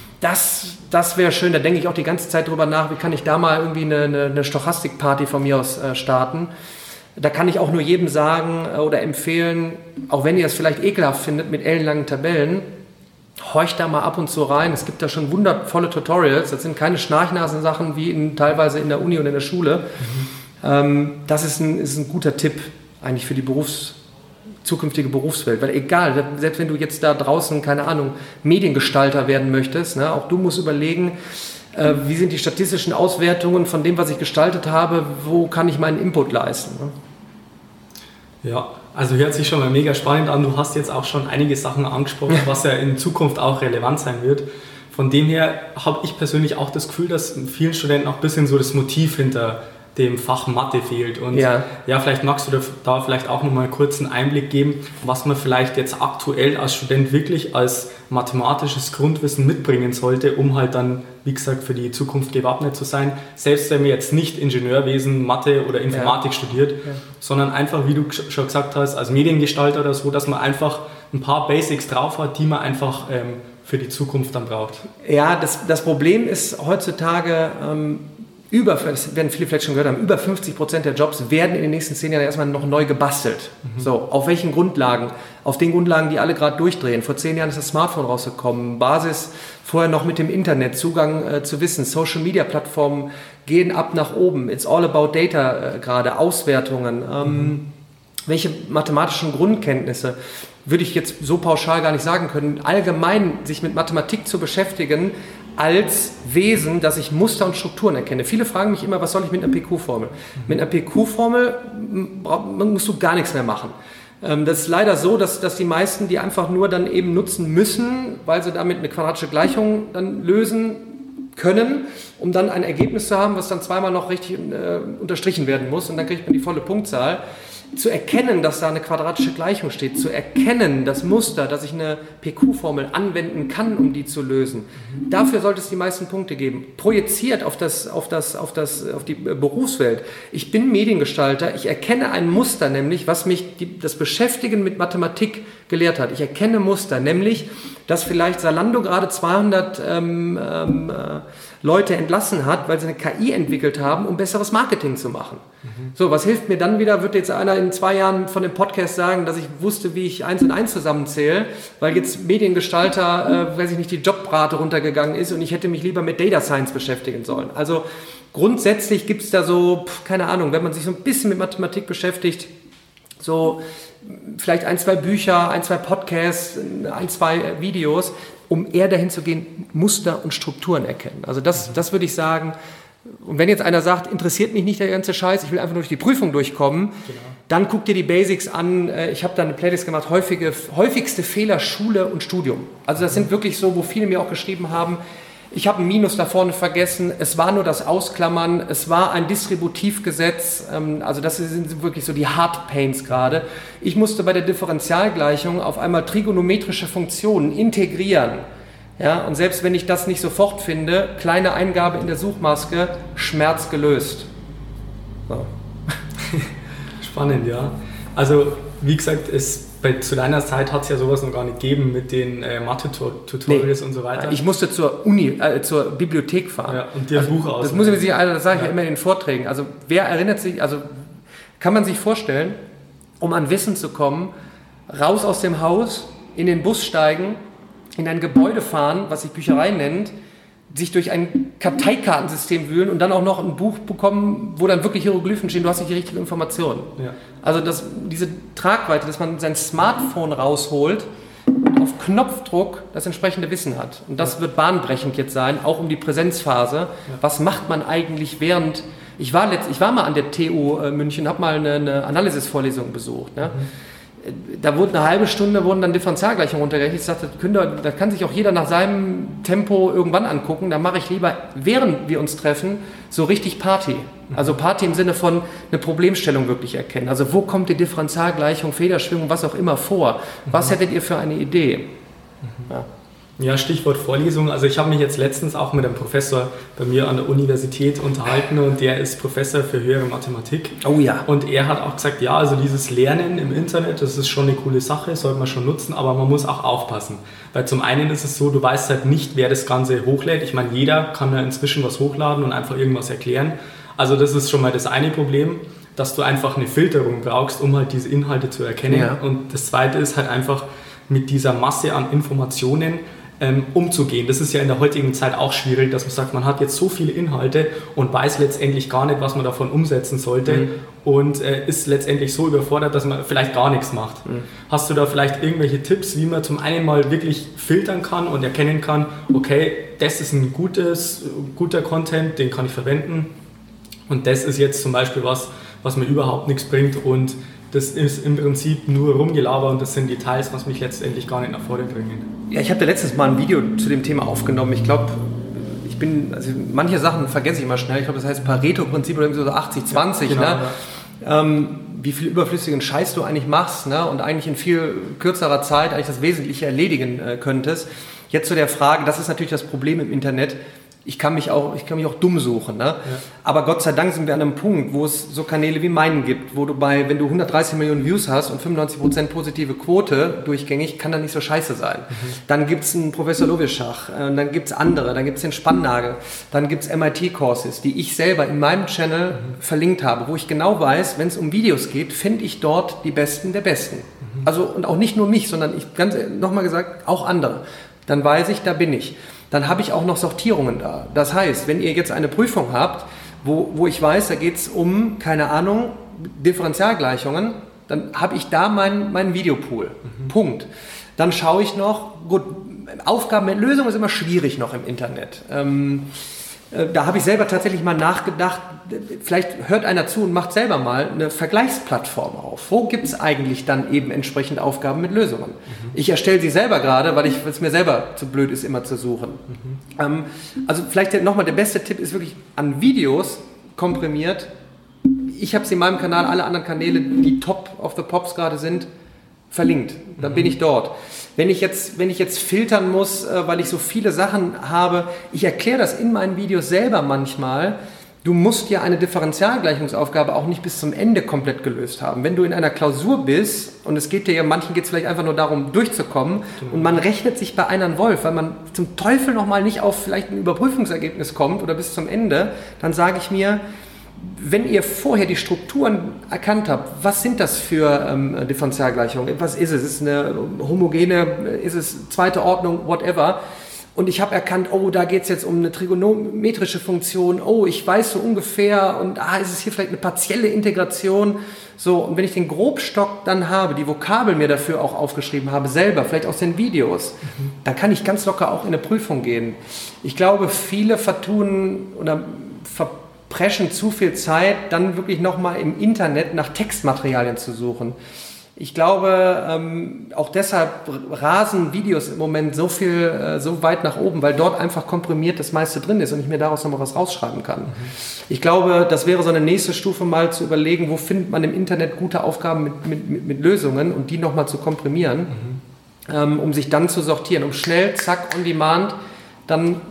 Speaker 2: Das wäre schön, da denke ich auch die ganze Zeit drüber nach, wie kann ich da mal irgendwie eine Stochastik-Party von mir aus starten. Da kann ich auch nur jedem sagen oder empfehlen, auch wenn ihr es vielleicht ekelhaft findet mit ellenlangen Tabellen, horcht da mal ab und zu rein. Es gibt da schon wundervolle Tutorials. Das sind keine Schnarchnasen-Sachen wie teilweise in der Uni und in der Schule. Das ist ein guter Tipp eigentlich für die zukünftige Berufswelt. Weil egal, selbst wenn du jetzt da draußen, keine Ahnung, Mediengestalter werden möchtest, ne, auch du musst überlegen, wie sind die statistischen Auswertungen von dem, was ich gestaltet habe, wo kann ich meinen Input leisten. Ne?
Speaker 1: Ja, also hört sich schon mal mega spannend an. Du hast jetzt auch schon einige Sachen angesprochen, was ja in Zukunft auch relevant sein wird. Von dem her habe ich persönlich auch das Gefühl, dass vielen Studenten auch ein bisschen so das Motiv hinter dem Fach Mathe fehlt. Und ja, vielleicht magst du da vielleicht auch nochmal kurz einen Einblick geben, was man vielleicht jetzt aktuell als Student wirklich als mathematisches Grundwissen mitbringen sollte, um halt dann, wie gesagt, für die Zukunft gewappnet zu sein. Selbst wenn man jetzt nicht Ingenieurwesen, Mathe oder Informatik studiert, sondern einfach, wie du schon gesagt hast, als Mediengestalter oder so, dass man einfach ein paar Basics drauf hat, die man einfach für die Zukunft dann braucht.
Speaker 2: Ja, das Problem ist heutzutage, das werden viele vielleicht schon gehört haben, über 50% der Jobs werden in den nächsten 10 Jahren erstmal noch neu gebastelt. So, auf welchen Grundlagen? Auf den Grundlagen, die alle gerade durchdrehen. Vor 10 Jahren ist das Smartphone rausgekommen, Basis vorher noch mit dem Internet, Zugang zu Wissen, Social-Media-Plattformen gehen ab nach oben. It's all about data gerade, Auswertungen. Welche mathematischen Grundkenntnisse würde ich jetzt so pauschal gar nicht sagen können. Allgemein sich mit Mathematik zu beschäftigen, als Wesen, dass ich Muster und Strukturen erkenne. Viele fragen mich immer, was soll ich mit einer PQ-Formel? Mit einer PQ-Formel musst du gar nichts mehr machen. Das ist leider so, dass die meisten die einfach nur dann eben nutzen müssen, weil sie damit eine quadratische Gleichung dann lösen können, um dann ein Ergebnis zu haben, was dann zweimal noch richtig unterstrichen werden muss und dann kriegt man die volle Punktzahl. zu erkennen, dass da eine quadratische Gleichung steht, zu erkennen, das Muster, dass ich eine PQ-Formel anwenden kann, um die zu lösen. Dafür sollte es die meisten Punkte geben. Projiziert auf die Berufswelt. Ich bin Mediengestalter, ich erkenne ein Muster, nämlich, was mich das Beschäftigen mit Mathematik gelehrt hat. Ich erkenne Muster, nämlich, dass vielleicht Zalando gerade 200 Leute entlassen hat, weil sie eine KI entwickelt haben, um besseres Marketing zu machen. So, was hilft mir dann wieder? Wird jetzt einer in 2 Jahren von dem Podcast sagen, dass ich wusste, wie ich 1 und 1 zusammenzähle, weil jetzt Mediengestalter, weiß ich nicht, die Jobrate runtergegangen ist und ich hätte mich lieber mit Data Science beschäftigen sollen. Also grundsätzlich gibt es da so, keine Ahnung, wenn man sich so ein bisschen mit Mathematik beschäftigt, so vielleicht 1, 2 Bücher, 1, 2 Podcasts, 1, 2 Videos, um eher dahin zu gehen, Muster und Strukturen erkennen. Also das würde ich sagen. Und wenn jetzt einer sagt, interessiert mich nicht der ganze Scheiß, ich will einfach nur durch die Prüfung durchkommen, dann guck dir die Basics an. Ich habe da eine Playlist gemacht, häufigste Fehler Schule und Studium. Also das sind wirklich so, wo viele mir auch geschrieben haben, ich habe ein Minus da vorne vergessen, es war nur das Ausklammern, es war ein Distributivgesetz, also das sind wirklich so die Hard Pains gerade. Ich musste bei der Differentialgleichung auf einmal trigonometrische Funktionen integrieren. Ja, und selbst wenn ich das nicht sofort finde, kleine Eingabe in der Suchmaske, Schmerz gelöst. So.
Speaker 1: Spannend, ja. Also, wie gesagt, zu deiner Zeit hat es ja sowas noch gar nicht gegeben mit den Mathe-Tutorials und so weiter.
Speaker 2: Ich musste zur Bibliothek fahren.
Speaker 1: Ja, und dir ein Buch aus.
Speaker 2: Das muss ich mir sicher, das sage ich ja immer in den Vorträgen. Also, wer erinnert sich, also kann man sich vorstellen, um an Wissen zu kommen, raus aus dem Haus, in den Bus steigen, in ein Gebäude fahren, was sich Bücherei nennt, sich durch ein Karteikartensystem wühlen und dann auch noch ein Buch bekommen, wo dann wirklich Hieroglyphen stehen, du hast nicht die richtige Information. Ja. Also diese Tragweite, dass man sein Smartphone rausholt und auf Knopfdruck das entsprechende Wissen hat. Und das wird bahnbrechend jetzt sein, auch um die Präsenzphase. Ja. Was macht man eigentlich während... Ich war mal an der TU München, habe mal eine Analysis-Vorlesung besucht. Ne? Da wurde eine halbe Stunde dann Differentialgleichungen runtergerechnet. Ich sagte, da kann sich auch jeder nach seinem Tempo irgendwann angucken. Da mache ich lieber, während wir uns treffen, so richtig Party. Also Party im Sinne von eine Problemstellung wirklich erkennen. Also wo kommt die Differentialgleichung, Federschwingung, was auch immer vor? Was hättet ihr für eine Idee? Ja.
Speaker 1: Ja, Stichwort Vorlesung. Also ich habe mich jetzt letztens auch mit einem Professor bei mir an der Universität unterhalten und der ist Professor für höhere Mathematik.
Speaker 2: Oh ja.
Speaker 1: Und er hat auch gesagt, ja, also dieses Lernen im Internet, das ist schon eine coole Sache, sollte man schon nutzen, aber man muss auch aufpassen. Weil zum einen ist es so, du weißt halt nicht, wer das Ganze hochlädt. Ich meine, jeder kann ja inzwischen was hochladen und einfach irgendwas erklären. Also das ist schon mal das eine Problem, dass du einfach eine Filterung brauchst, um halt diese Inhalte zu erkennen. Ja. Und das zweite ist halt einfach mit dieser Masse an Informationen umzugehen. Das ist ja in der heutigen Zeit auch schwierig, dass man sagt, man hat jetzt so viele Inhalte und weiß letztendlich gar nicht, was man davon umsetzen sollte und ist letztendlich so überfordert, dass man vielleicht gar nichts macht. Hast du da vielleicht irgendwelche Tipps, wie man zum einen mal wirklich filtern kann und erkennen kann, okay, das ist ein guter Content, den kann ich verwenden und das ist jetzt zum Beispiel was mir überhaupt nichts bringt und das ist im Prinzip nur Rumgelaber und das sind Details, was mich letztendlich gar nicht nach vorne bringen.
Speaker 2: Ja, ich habe da letztens mal ein Video zu dem Thema aufgenommen. Ich glaube, manche Sachen vergesse ich immer schnell. Ich glaube, das heißt Pareto-Prinzip oder irgendwie so 80-20. Genau, ne? Ja. Wie viel überflüssigen Scheiß du eigentlich machst, ne? Und eigentlich in viel kürzerer Zeit eigentlich das Wesentliche erledigen könntest. Jetzt zu der Frage, das ist natürlich das Problem im Internet. Ich kann mich auch dumm suchen. Ne? Ja. Aber Gott sei Dank sind wir an einem Punkt, wo es so Kanäle wie meinen gibt, wo wenn du 130 Millionen Views hast und 95% positive Quote durchgängig, kann das nicht so scheiße sein. Dann gibt es einen Professor Lovischach, dann gibt es andere, dann gibt es den Spannagel, dann gibt es MIT-Courses, die ich selber in meinem Channel verlinkt habe, wo ich genau weiß, wenn es um Videos geht, finde ich dort die Besten der Besten. Also, und auch nicht nur mich, sondern nochmal gesagt, auch andere. Dann weiß ich, da bin ich. Dann habe ich auch noch Sortierungen da. Das heißt, wenn ihr jetzt eine Prüfung habt, wo ich weiß, da geht es um, keine Ahnung, Differentialgleichungen, dann habe ich da meinen Videopool. Punkt. Dann schaue ich noch, gut, Aufgaben mit Lösungen ist immer schwierig noch im Internet. Da habe ich selber tatsächlich mal nachgedacht, vielleicht hört einer zu und macht selber mal eine Vergleichsplattform auf. Wo gibt es eigentlich dann eben entsprechend Aufgaben mit Lösungen? Ich erstelle sie selber gerade, weil es mir selber zu blöd ist, immer zu suchen. Also vielleicht nochmal der beste Tipp ist wirklich an Videos komprimiert. ich habe es in meinem Kanal, alle anderen Kanäle, die Top of the Pops gerade sind, verlinkt. Dann bin ich dort. Wenn ich jetzt filtern muss, weil ich so viele Sachen habe, ich erkläre das in meinen Videos selber manchmal, du musst ja eine Differentialgleichungsaufgabe auch nicht bis zum Ende komplett gelöst haben. Wenn du in einer Klausur bist, und es geht dir ja, manchen geht es vielleicht einfach nur darum, durchzukommen, und man rechnet sich bei einem Wolf, weil man zum Teufel nochmal nicht auf vielleicht ein Überprüfungsergebnis kommt oder bis zum Ende, dann sage ich mir, wenn ihr vorher die Strukturen erkannt habt, was sind das für Differentialgleichungen? Was ist es? Ist es eine homogene, ist es zweite Ordnung, whatever? Und ich habe erkannt, oh, da geht es jetzt um eine trigonometrische Funktion, oh, ich weiß so ungefähr, und ist es hier vielleicht eine partielle Integration? So, und wenn ich den Grobstock dann habe, die Vokabeln mir dafür auch aufgeschrieben habe, selber, vielleicht aus den Videos, dann kann ich ganz locker auch in eine Prüfung gehen. Ich glaube, viele vertun oder verpreschen zu viel Zeit, dann wirklich nochmal im Internet nach Textmaterialien zu suchen. Ich glaube, auch deshalb rasen Videos im Moment so weit nach oben, weil dort einfach komprimiert das meiste drin ist und ich mir daraus nochmal was rausschreiben kann. Ich glaube, das wäre so eine nächste Stufe, mal zu überlegen, wo findet man im Internet gute Aufgaben mit Lösungen und die nochmal zu komprimieren, um sich dann zu sortieren, um schnell, zack, on demand, dann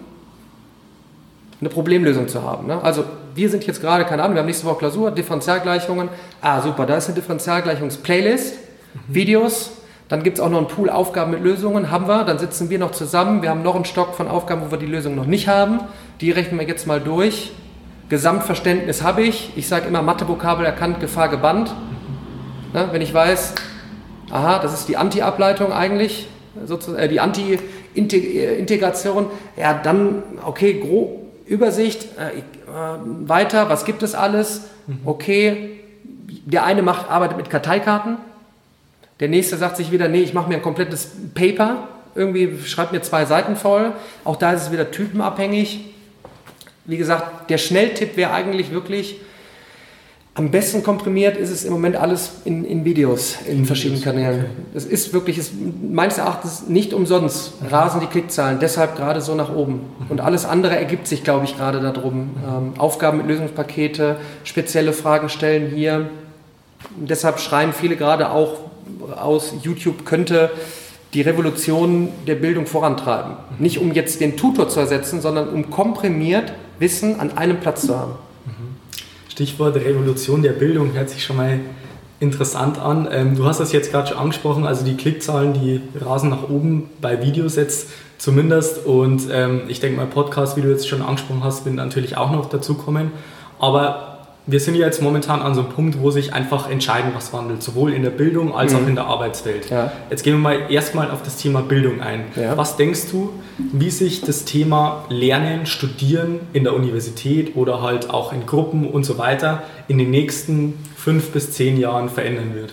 Speaker 2: eine Problemlösung zu haben. Ne? Also wir sind jetzt gerade, keine Ahnung, wir haben nächste Woche Klausur, Differentialgleichungen. Super, da ist eine Differentialgleichungs-Playlist, Videos, dann gibt es auch noch einen Pool Aufgaben mit Lösungen, haben wir, dann sitzen wir noch zusammen, wir haben noch einen Stock von Aufgaben, wo wir die Lösung noch nicht haben, die rechnen wir jetzt mal durch. Gesamtverständnis habe ich sage immer Mathe-Vokabel erkannt, Gefahr gebannt. Ne? Wenn ich weiß, das ist die Anti-Ableitung eigentlich, die Anti-Integration, ja dann, okay, grob Übersicht, weiter, was gibt es alles? Okay, der eine arbeitet mit Karteikarten, der nächste sagt sich wieder, nee, ich mache mir ein komplettes Paper, irgendwie schreibt mir 2 Seiten voll, auch da ist es wieder typenabhängig. Wie gesagt, der Schnelltipp wäre eigentlich wirklich, am besten komprimiert ist es im Moment alles in Videos, in verschiedenen Kanälen. Es ist wirklich, meines Erachtens nicht umsonst, rasen die Klickzahlen, deshalb gerade so nach oben. Und alles andere ergibt sich, glaube ich, gerade darum. Aufgaben mit Lösungspakete, spezielle Fragen stellen hier. Und deshalb schreien viele gerade auch aus, YouTube könnte die Revolution der Bildung vorantreiben. Nicht um jetzt den Tutor zu ersetzen, sondern um komprimiert Wissen an einem Platz zu haben.
Speaker 1: Stichwort Revolution der Bildung hört sich schon mal interessant an. Du hast das jetzt gerade schon angesprochen, also die Klickzahlen, die rasen nach oben bei Videos jetzt zumindest, und ich denke mal Podcast, wie du jetzt schon angesprochen hast, wird natürlich auch noch dazukommen, aber wir sind ja jetzt momentan an so einem Punkt, wo sich einfach entscheiden, was wandelt, sowohl in der Bildung als auch in der Arbeitswelt. Ja. Jetzt gehen wir mal erstmal auf das Thema Bildung ein. Ja. Was denkst du, wie sich das Thema Lernen, Studieren in der Universität oder halt auch in Gruppen und so weiter in den nächsten 5 bis 10 Jahren verändern wird?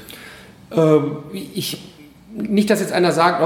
Speaker 2: Nicht, dass jetzt einer sagt,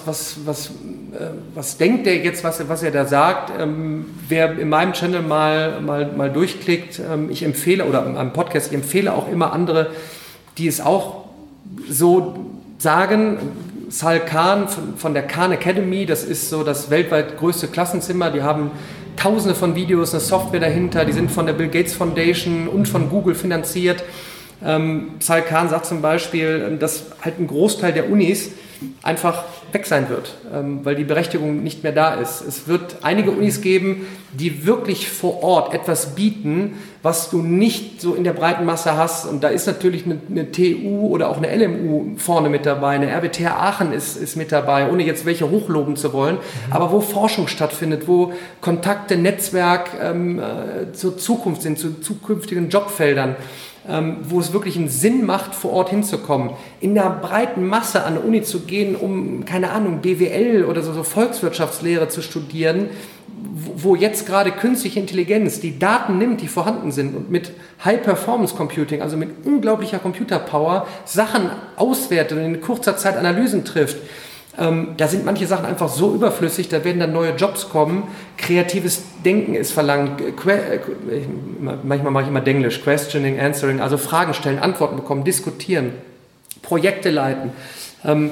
Speaker 2: was denkt der jetzt, was er da sagt. Wer in meinem Channel mal durchklickt, ich empfehle, oder in meinem Podcast, ich empfehle auch immer andere, die es auch so sagen. Sal Khan von der Khan Academy, das ist so das weltweit größte Klassenzimmer, die haben tausende von Videos, eine Software dahinter, die sind von der Bill Gates Foundation und von Google finanziert. Sal Khan sagt zum Beispiel, dass halt ein Großteil der Unis einfach weg sein wird, weil die Berechtigung nicht mehr da ist. Es wird einige Unis geben, die wirklich vor Ort etwas bieten, was du nicht so in der breiten Masse hast. Und da ist natürlich eine TU oder auch eine LMU vorne mit dabei, eine RWTH Aachen ist mit dabei, ohne jetzt welche hochloben zu wollen, aber wo Forschung stattfindet, wo Kontakte, Netzwerk zur Zukunft sind, zu zukünftigen Jobfeldern, wo es wirklich einen Sinn macht, vor Ort hinzukommen. In der breiten Masse an der Uni zu gehen, um, keine Ahnung, BWL oder so Volkswirtschaftslehre zu studieren, wo jetzt gerade künstliche Intelligenz die Daten nimmt, die vorhanden sind und mit High-Performance-Computing, also mit unglaublicher Computerpower, Sachen auswertet und in kurzer Zeit Analysen trifft. Da sind manche Sachen einfach so überflüssig, da werden dann neue Jobs kommen. Kreatives Denken ist verlangt. Manchmal mache ich immer Denglisch. Questioning, Answering, also Fragen stellen, Antworten bekommen, diskutieren, Projekte leiten.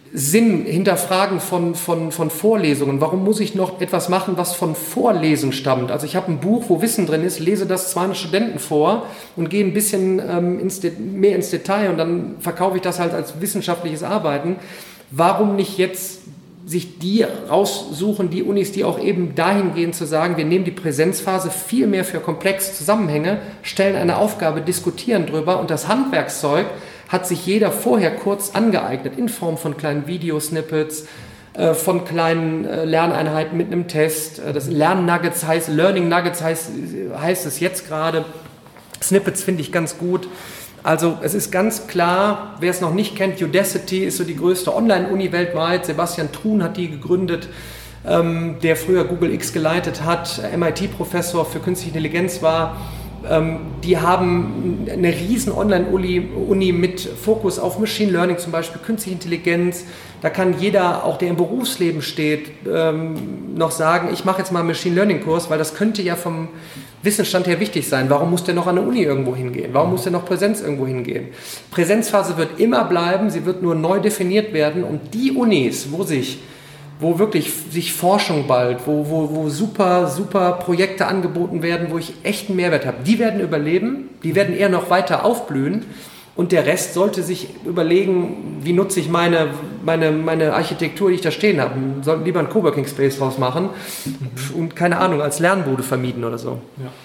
Speaker 2: Sinn, Hinterfragen von Vorlesungen. Warum muss ich noch etwas machen, was von Vorlesen stammt? Also ich habe ein Buch, wo Wissen drin ist, lese das 200 Studenten vor und gehe ein bisschen mehr ins Detail und dann verkaufe ich das halt als wissenschaftliches Arbeiten. Warum nicht jetzt sich die raussuchen, die Unis, die auch eben dahin gehen zu sagen, wir nehmen die Präsenzphase viel mehr für komplexe Zusammenhänge, stellen eine Aufgabe, diskutieren drüber und das Handwerkszeug hat sich jeder vorher kurz angeeignet in Form von kleinen Videosnippets, von kleinen Lerneinheiten mit einem Test. Das Lernnuggets heißt, Learning Nuggets heißt es jetzt gerade. Snippets finde ich ganz gut. Also es ist ganz klar, wer es noch nicht kennt, Udacity ist so die größte Online-Uni weltweit. Sebastian Thrun hat die gegründet, der früher Google X geleitet hat, MIT-Professor für Künstliche Intelligenz war. Die haben eine riesen Online-Uni mit Fokus auf Machine Learning, zum Beispiel Künstliche Intelligenz. Da kann jeder, auch der im Berufsleben steht, noch sagen, ich mache jetzt mal einen Machine Learning-Kurs, weil das könnte ja vom Wissensstand her wichtig sein. Warum muss der noch an eine Uni irgendwo hingehen? Warum muss der noch Präsenz irgendwo hingehen? Präsenzphase wird immer bleiben, sie wird nur neu definiert werden und die Unis, wo wirklich sich Forschung bald, wo super Projekte angeboten werden, wo ich echt einen Mehrwert habe, die werden überleben, die werden eher noch weiter aufblühen und der Rest sollte sich überlegen, wie nutze ich meine Architektur, die ich da stehen habe. Wir sollten lieber einen Coworking Space draus machen und keine Ahnung, als Lernbude vermieten oder so.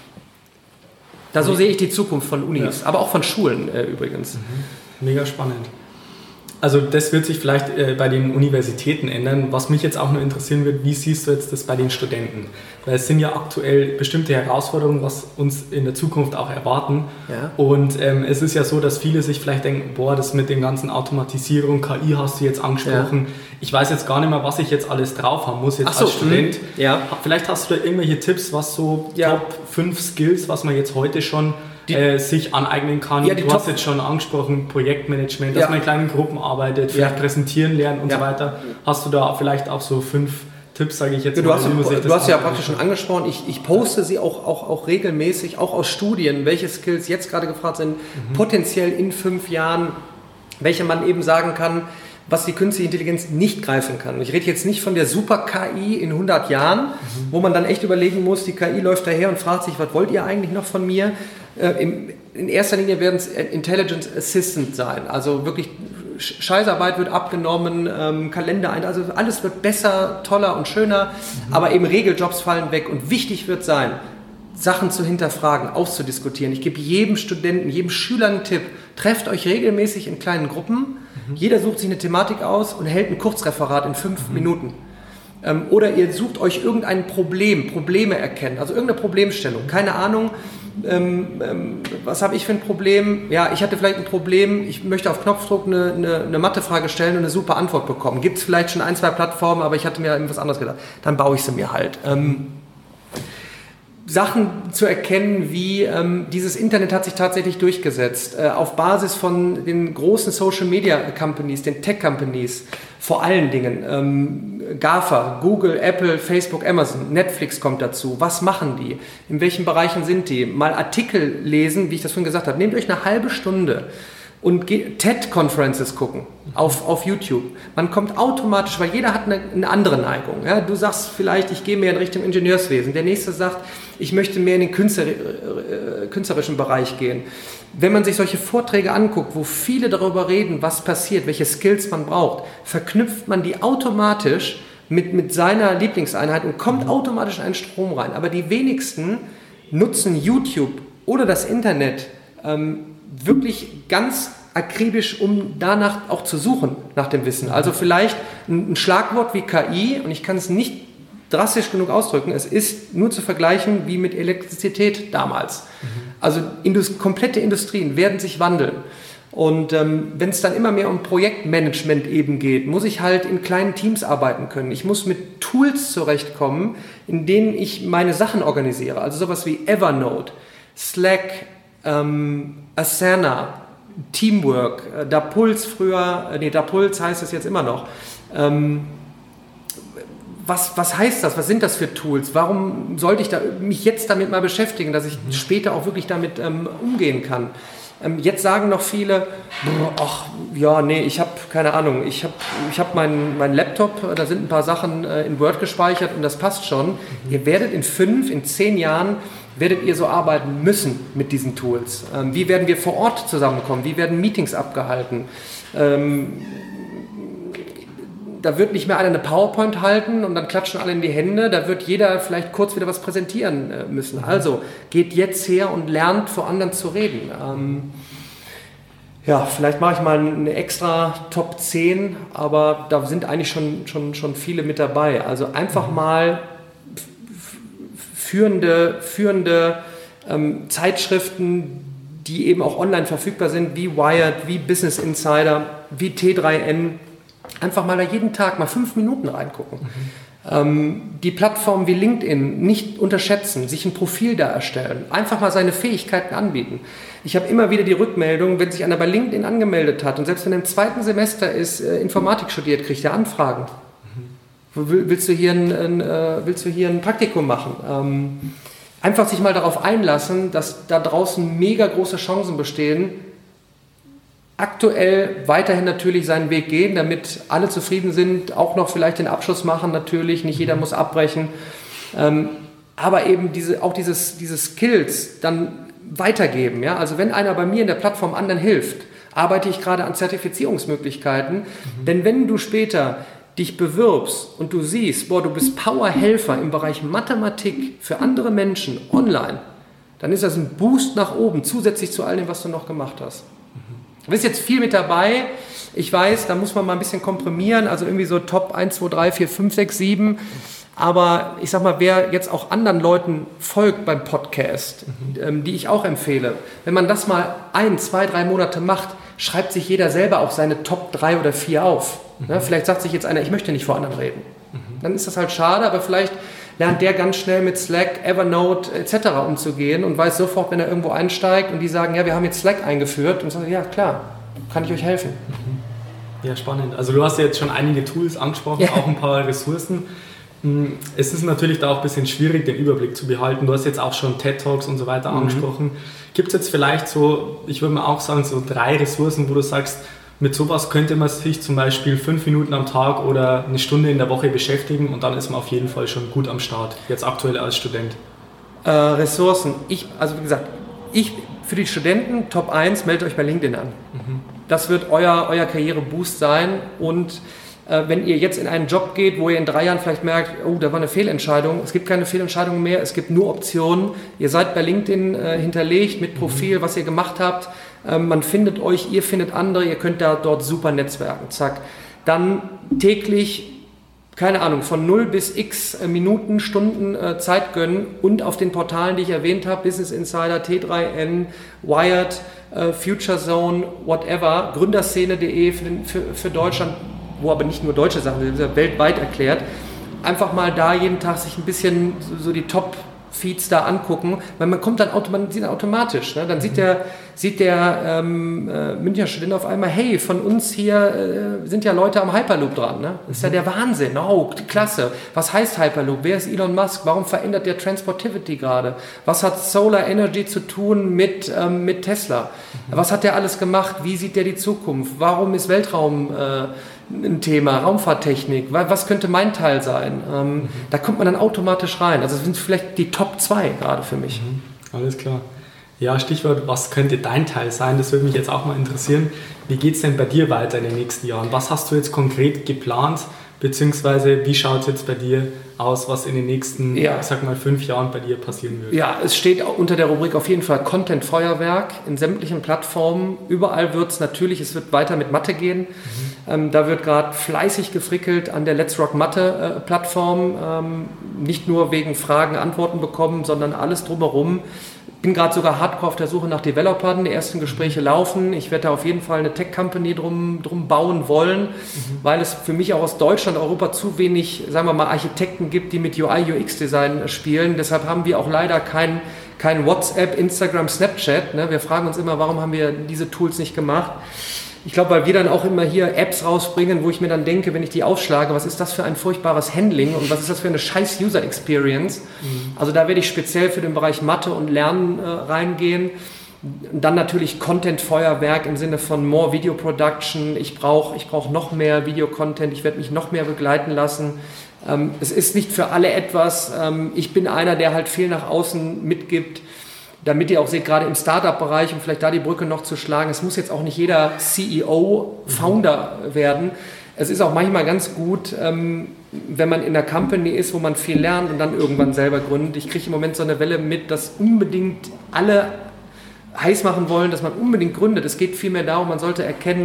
Speaker 2: Ja. So sehe ich die Zukunft von Unis, aber auch von Schulen übrigens.
Speaker 1: Mega spannend. Also das wird sich vielleicht bei den Universitäten ändern. Was mich jetzt auch nur interessieren wird, wie siehst du jetzt das bei den Studenten? Weil es sind ja aktuell bestimmte Herausforderungen, was uns in der Zukunft auch erwarten. Ja. Und es ist ja so, dass viele sich vielleicht denken, boah, das mit den ganzen Automatisierung, KI hast du jetzt angesprochen. Ja. Ich weiß jetzt gar nicht mehr, was ich jetzt alles drauf haben muss jetzt als Student.
Speaker 2: Ja.
Speaker 1: Vielleicht hast du da irgendwelche Tipps, was so Top 5 Skills, was man jetzt heute schon sich aneignen kann.
Speaker 2: Ja,
Speaker 1: du hast jetzt schon angesprochen, Projektmanagement, dass man in kleinen Gruppen arbeitet, vielleicht präsentieren lernen und so weiter. Hast du da vielleicht auch so 5 Tipps, sage ich jetzt
Speaker 2: mal? Du hast ja praktisch schon angesprochen, ich poste sie auch regelmäßig, auch aus Studien, welche Skills jetzt gerade gefragt sind, potenziell in 5 Jahren, welche man eben sagen kann, was die künstliche Intelligenz nicht greifen kann. Ich rede jetzt nicht von der Super-KI in 100 Jahren, wo man dann echt überlegen muss, die KI läuft daher und fragt sich, was wollt ihr eigentlich noch von mir? In erster Linie werden es Intelligence Assistant sein, also wirklich Scheißarbeit wird abgenommen, Kalender ein, also alles wird besser, toller und schöner, aber eben Regeljobs fallen weg und wichtig wird sein, Sachen zu hinterfragen, auszudiskutieren. Ich gebe jedem Studenten, jedem Schüler einen Tipp, trefft euch regelmäßig in kleinen Gruppen, jeder sucht sich eine Thematik aus und hält ein Kurzreferat in 5 Minuten. Oder ihr sucht euch irgendein Probleme erkennen, also irgendeine Problemstellung, keine Ahnung, was habe ich für ein Problem? Ja, ich hatte vielleicht ein Problem, ich möchte auf Knopfdruck eine Mathefrage stellen und eine super Antwort bekommen. Gibt es vielleicht schon 1, 2 Plattformen, aber ich hatte mir irgendwas anderes gedacht. Dann baue ich sie mir halt. Sachen zu erkennen, wie dieses Internet hat sich tatsächlich durchgesetzt, auf Basis von den großen Social Media Companies, den Tech Companies, vor allen Dingen, GAFA, Google, Apple, Facebook, Amazon, Netflix kommt dazu. Was machen die? In welchen Bereichen sind die? Mal Artikel lesen, wie ich das vorhin gesagt habe. Nehmt euch eine halbe Stunde und TED-Conferences gucken auf YouTube. Man kommt automatisch, weil jeder hat eine andere Neigung. Ja? Du sagst vielleicht, ich gehe mehr in Richtung Ingenieurswesen. Der nächste sagt, ich möchte mehr in den künstlerischen Bereich gehen. Wenn man sich solche Vorträge anguckt, wo viele darüber reden, was passiert, welche Skills man braucht, verknüpft man die automatisch mit seiner Lieblingseinheit und kommt automatisch in einen Strom rein. Aber die wenigsten nutzen YouTube oder das Internet wirklich ganz akribisch, um danach auch zu suchen, nach dem Wissen. Also vielleicht ein Schlagwort wie KI, und ich kann es nicht drastisch genug ausdrücken, es ist nur zu vergleichen wie mit Elektrizität damals. Also komplette Industrien werden sich wandeln. Und wenn es dann immer mehr um Projektmanagement eben geht, muss ich halt in kleinen Teams arbeiten können. Ich muss mit Tools zurechtkommen, in denen ich meine Sachen organisiere. Also sowas wie Evernote, Slack, Asana, Teamwork, Dapuls heißt es jetzt immer noch. was heißt das? Was sind das für Tools? Warum sollte ich mich jetzt damit mal beschäftigen, dass ich später auch wirklich damit umgehen kann? Jetzt sagen noch viele, ich habe keine Ahnung, ich hab meinen Laptop, da sind ein paar Sachen in Word gespeichert und das passt schon. Ihr werdet in 10 Jahren werdet ihr so arbeiten müssen mit diesen Tools. Wie werden wir vor Ort zusammenkommen? Wie werden Meetings abgehalten? Da wird nicht mehr einer eine PowerPoint halten und dann klatschen alle in die Hände. Da wird jeder vielleicht kurz wieder was präsentieren müssen. Also geht jetzt her und lernt vor anderen zu reden. Vielleicht mache ich mal eine extra Top 10, aber da sind eigentlich schon viele mit dabei. Also einfach mal führende Zeitschriften, die eben auch online verfügbar sind, wie Wired, wie Business Insider, wie T3N, einfach mal da jeden Tag mal 5 Minuten reingucken. Die Plattformen wie LinkedIn nicht unterschätzen, sich ein Profil da erstellen, einfach mal seine Fähigkeiten anbieten. Ich habe immer wieder die Rückmeldung, wenn sich einer bei LinkedIn angemeldet hat und selbst wenn er im 2. Semester ist, Informatik studiert, kriegt er Anfragen. Willst du hier ein Praktikum machen? Einfach sich mal darauf einlassen, dass da draußen mega große Chancen bestehen, aktuell weiterhin natürlich seinen Weg gehen, damit alle zufrieden sind, auch noch vielleicht den Abschluss machen natürlich, nicht jeder muss abbrechen, aber eben diese Skills dann weitergeben. Ja? Also wenn einer bei mir in der Plattform anderen hilft, arbeite ich gerade an Zertifizierungsmöglichkeiten, denn wenn du später dich bewirbst und du siehst, du bist Powerhelfer im Bereich Mathematik für andere Menschen online, dann ist das ein Boost nach oben, zusätzlich zu all dem, was du noch gemacht hast. Du bist jetzt viel mit dabei. Ich weiß, da muss man mal ein bisschen komprimieren, also irgendwie so Top 1, 2, 3, 4, 5, 6, 7. Aber ich sag mal, wer jetzt auch anderen Leuten folgt beim Podcast, die ich auch empfehle, wenn man das mal 1, 2, 3 Monate macht, schreibt sich jeder selber auch seine Top 3 oder 4 auf. Vielleicht sagt sich jetzt einer, ich möchte nicht vor anderen reden. Dann ist das halt schade, aber vielleicht lernt der ganz schnell mit Slack, Evernote etc. umzugehen und weiß sofort, wenn er irgendwo einsteigt und die sagen, ja, wir haben jetzt Slack eingeführt und sagt, ja klar, kann ich euch helfen.
Speaker 1: Ja, spannend. Also du hast ja jetzt schon einige Tools angesprochen, auch ein paar Ressourcen. Es ist natürlich da auch ein bisschen schwierig, den Überblick zu behalten. Du hast jetzt auch schon TED-Talks und so weiter angesprochen. Gibt es jetzt vielleicht so, ich würde mal auch sagen, so 3 Ressourcen, wo du sagst, mit sowas könnte man sich zum Beispiel 5 Minuten am Tag oder eine Stunde in der Woche beschäftigen und dann ist man auf jeden Fall schon gut am Start, jetzt aktuell als Student.
Speaker 2: Ressourcen. Für die Studenten, Top 1, meldet euch bei LinkedIn an. Das wird euer Karriereboost sein und wenn ihr jetzt in einen Job geht, wo ihr in 3 Jahren vielleicht merkt, oh, da war eine Fehlentscheidung, es gibt keine Fehlentscheidungen mehr, es gibt nur Optionen. Ihr seid bei LinkedIn hinterlegt mit Profil, was ihr gemacht habt. Man findet euch, ihr findet andere, ihr könnt dort super netzwerken. Zack. Dann täglich, keine Ahnung, von 0 bis x Minuten, Stunden Zeit gönnen und auf den Portalen, die ich erwähnt habe, Business Insider, T3N, Wired, Future Zone, whatever, Gründerszene.de für Deutschland, wo aber nicht nur deutsche Sachen sind, weltweit erklärt, einfach mal da jeden Tag sich ein bisschen so die Top-Feeds da angucken, weil man kommt dann automatisch. Ne? Dann sieht der Münchner Student auf einmal, hey, von uns hier sind ja Leute am Hyperloop dran. Ne? Das ist ja der Wahnsinn. Oh, klasse. Was heißt Hyperloop? Wer ist Elon Musk? Warum verändert der Transportivity gerade? Was hat Solar Energy zu tun mit Tesla? Was hat der alles gemacht? Wie sieht der die Zukunft? Warum ist Weltraum ein Thema, Raumfahrttechnik, was könnte mein Teil sein? Da kommt man dann automatisch rein. Also das sind vielleicht die Top 2 gerade für mich.
Speaker 1: Alles klar. Ja, Stichwort, was könnte dein Teil sein? Das würde mich jetzt auch mal interessieren. Wie geht es denn bei dir weiter in den nächsten Jahren? Was hast du jetzt konkret geplant? Beziehungsweise wie schaut es jetzt bei dir aus, was in den nächsten, ich sag mal, 5 Jahren bei dir passieren wird? Ja,
Speaker 2: es steht unter der Rubrik auf jeden Fall Content-Feuerwerk in sämtlichen Plattformen. Überall wird es wird weiter mit Mathe gehen. Da wird gerade fleißig gefrickelt an der Let's Rock Mathe-Plattform. Nicht nur wegen Fragen, Antworten bekommen, sondern alles drumherum. Bin gerade sogar hardcore auf der Suche nach Developern. Die ersten Gespräche laufen. Ich werde da auf jeden Fall eine Tech-Company drum bauen wollen, weil es für mich auch aus Deutschland, Europa zu wenig, sagen wir mal, Architekten gibt, die mit UI, UX-Design spielen. Deshalb haben wir auch leider kein WhatsApp, Instagram, Snapchat. Ne? Wir fragen uns immer, warum haben wir diese Tools nicht gemacht? Ich glaube, weil wir dann auch immer hier Apps rausbringen, wo ich mir dann denke, wenn ich die aufschlage, was ist das für ein furchtbares Handling und was ist das für eine scheiß User Experience? Also da werde ich speziell für den Bereich Mathe und Lernen reingehen. Und dann natürlich Content-Feuerwerk im Sinne von more Video Production. Ich brauch noch mehr Video-Content, ich werde mich noch mehr begleiten lassen. Es ist nicht für alle etwas. Ich bin einer, der halt viel nach außen mitgibt, damit ihr auch seht, gerade im Startup-Bereich, um vielleicht da die Brücke noch zu schlagen, es muss jetzt auch nicht jeder CEO, Founder werden. Es ist auch manchmal ganz gut, wenn man in einer Company ist, wo man viel lernt und dann irgendwann selber gründet. Ich kriege im Moment so eine Welle mit, dass unbedingt alle heiß machen wollen, dass man unbedingt gründet. Es geht vielmehr darum, man sollte erkennen,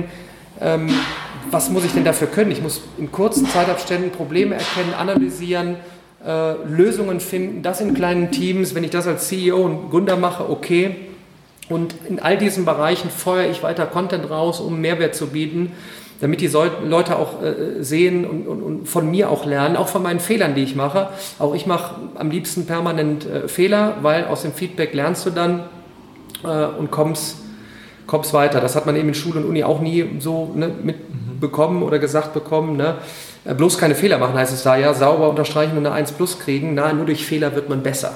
Speaker 2: was muss ich denn dafür können? Ich muss in kurzen Zeitabständen Probleme erkennen, analysieren, Lösungen finden, das in kleinen Teams. Wenn ich das als CEO und Gründer mache, okay. Und in all diesen Bereichen feuere ich weiter Content raus, um Mehrwert zu bieten, damit die Leute auch sehen und von mir auch lernen, auch von meinen Fehlern, die ich mache. Auch ich mache am liebsten permanent Fehler, weil aus dem Feedback lernst du dann und kommst weiter. Das hat man eben in Schule und Uni auch nie so mitbekommen oder gesagt bekommen. Ne? Bloß keine Fehler machen, heißt es da, ja, sauber unterstreichen und eine 1+ kriegen. Nur durch Fehler wird man besser.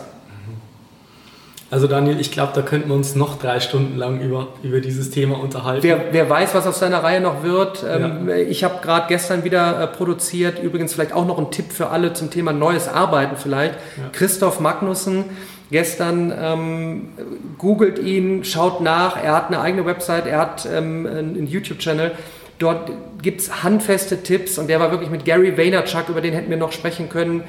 Speaker 1: Also Daniel, ich glaube, da könnten wir uns noch 3 Stunden lang über dieses Thema unterhalten.
Speaker 2: Wer weiß, was aus seiner Reihe noch wird. Ich habe gerade gestern wieder produziert, übrigens vielleicht auch noch ein Tipp für alle zum Thema neues Arbeiten vielleicht. Ja. Christoph Magnussen, gestern googelt ihn, schaut nach, er hat eine eigene Website, er hat einen YouTube-Channel. Dort gibt es handfeste Tipps und der war wirklich mit Gary Vaynerchuk, über den hätten wir noch sprechen können,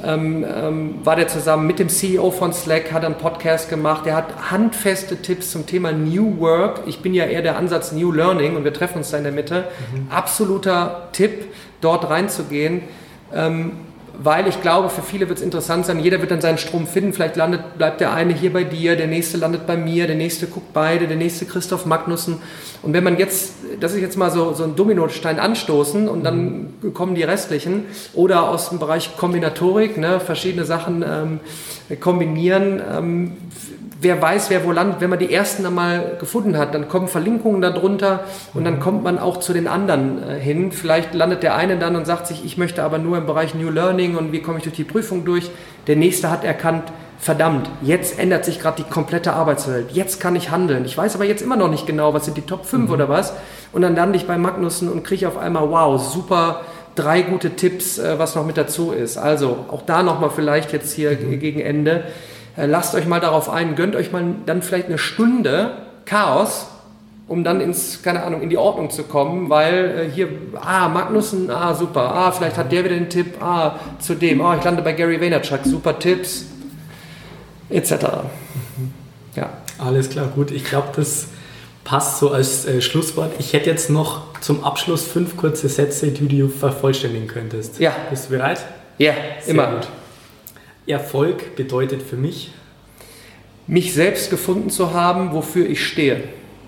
Speaker 2: war der zusammen mit dem CEO von Slack, hat einen Podcast gemacht, der hat handfeste Tipps zum Thema New Work. Ich bin ja eher der Ansatz New Learning und wir treffen uns da in der Mitte. Absoluter Tipp, dort reinzugehen, weil ich glaube, für viele wird es interessant sein, jeder wird dann seinen Strom finden, vielleicht bleibt der eine hier bei dir, der nächste landet bei mir, der nächste guckt beide, der nächste Christoph Magnussen. Und wenn man jetzt, das ist jetzt mal so ein Dominostein anstoßen und dann kommen die restlichen oder aus dem Bereich Kombinatorik, verschiedene Sachen kombinieren, wer weiß, wer wo landet, wenn man die ersten einmal gefunden hat, dann kommen Verlinkungen darunter und dann kommt man auch zu den anderen hin. Vielleicht landet der eine dann und sagt sich, ich möchte aber nur im Bereich New Learning und wie komme ich durch die Prüfung durch. Der nächste hat erkannt, verdammt, jetzt ändert sich gerade die komplette Arbeitswelt, jetzt kann ich handeln. Ich weiß aber jetzt immer noch nicht genau, was sind die Top 5 oder was. Und dann lande ich bei Magnussen und kriege auf einmal, wow, super, 3 gute Tipps, was noch mit dazu ist. Also auch da nochmal vielleicht jetzt hier gegen Ende. Lasst euch mal darauf ein, gönnt euch mal dann vielleicht eine Stunde Chaos, um dann in die Ordnung zu kommen, weil hier, Magnussen, super, vielleicht hat der wieder den Tipp, zu dem, ich lande bei Gary Vaynerchuk, super Tipps, etc. Ja.
Speaker 1: Alles klar, gut, ich glaube, das passt so als Schlusswort. Ich hätte jetzt noch zum Abschluss 5 kurze Sätze, die du vervollständigen könntest.
Speaker 2: Ja.
Speaker 1: Bist du bereit?
Speaker 2: Ja,
Speaker 1: sehr
Speaker 2: immer.
Speaker 1: Gut. Erfolg bedeutet für mich,
Speaker 2: mich selbst gefunden zu haben, wofür ich stehe.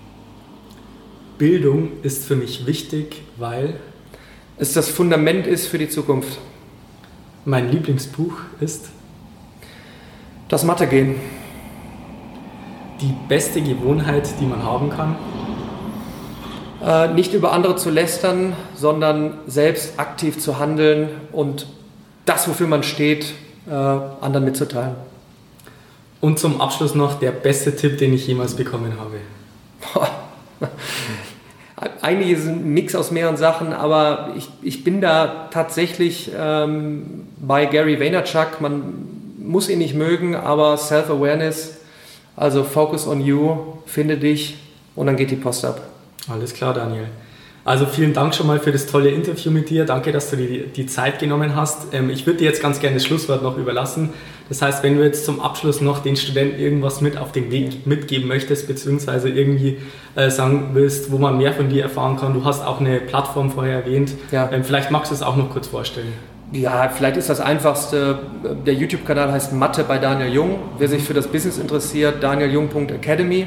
Speaker 1: Bildung ist für mich wichtig, weil
Speaker 2: es das Fundament ist für die Zukunft.
Speaker 1: Mein Lieblingsbuch ist
Speaker 2: das Mathe-Gehen.
Speaker 1: Die beste Gewohnheit, die man haben kann.
Speaker 2: Nicht über andere zu lästern, sondern selbst aktiv zu handeln und das, wofür man steht, anderen mitzuteilen.
Speaker 1: Und zum Abschluss noch der beste Tipp, den ich jemals bekommen habe.
Speaker 2: Eigentlich ist es ein Mix aus mehreren Sachen, aber ich bin da tatsächlich bei Gary Vaynerchuk. Man muss ihn nicht mögen, aber Self-Awareness, also Focus on You, finde dich und dann geht die Post ab.
Speaker 1: Alles klar, Daniel. Also vielen Dank schon mal für das tolle Interview mit dir. Danke, dass du dir die Zeit genommen hast. Ich würde dir jetzt ganz gerne das Schlusswort noch überlassen. Das heißt, wenn du jetzt zum Abschluss noch den Studenten irgendwas mit auf den Weg mitgeben möchtest, beziehungsweise irgendwie sagen willst, wo man mehr von dir erfahren kann. Du hast auch eine Plattform vorher erwähnt. Ja. Vielleicht magst du es auch noch kurz vorstellen.
Speaker 2: Ja, vielleicht ist das Einfachste, der YouTube-Kanal heißt Mathe bei Daniel Jung. Wer sich für das Business interessiert, danieljung.academy.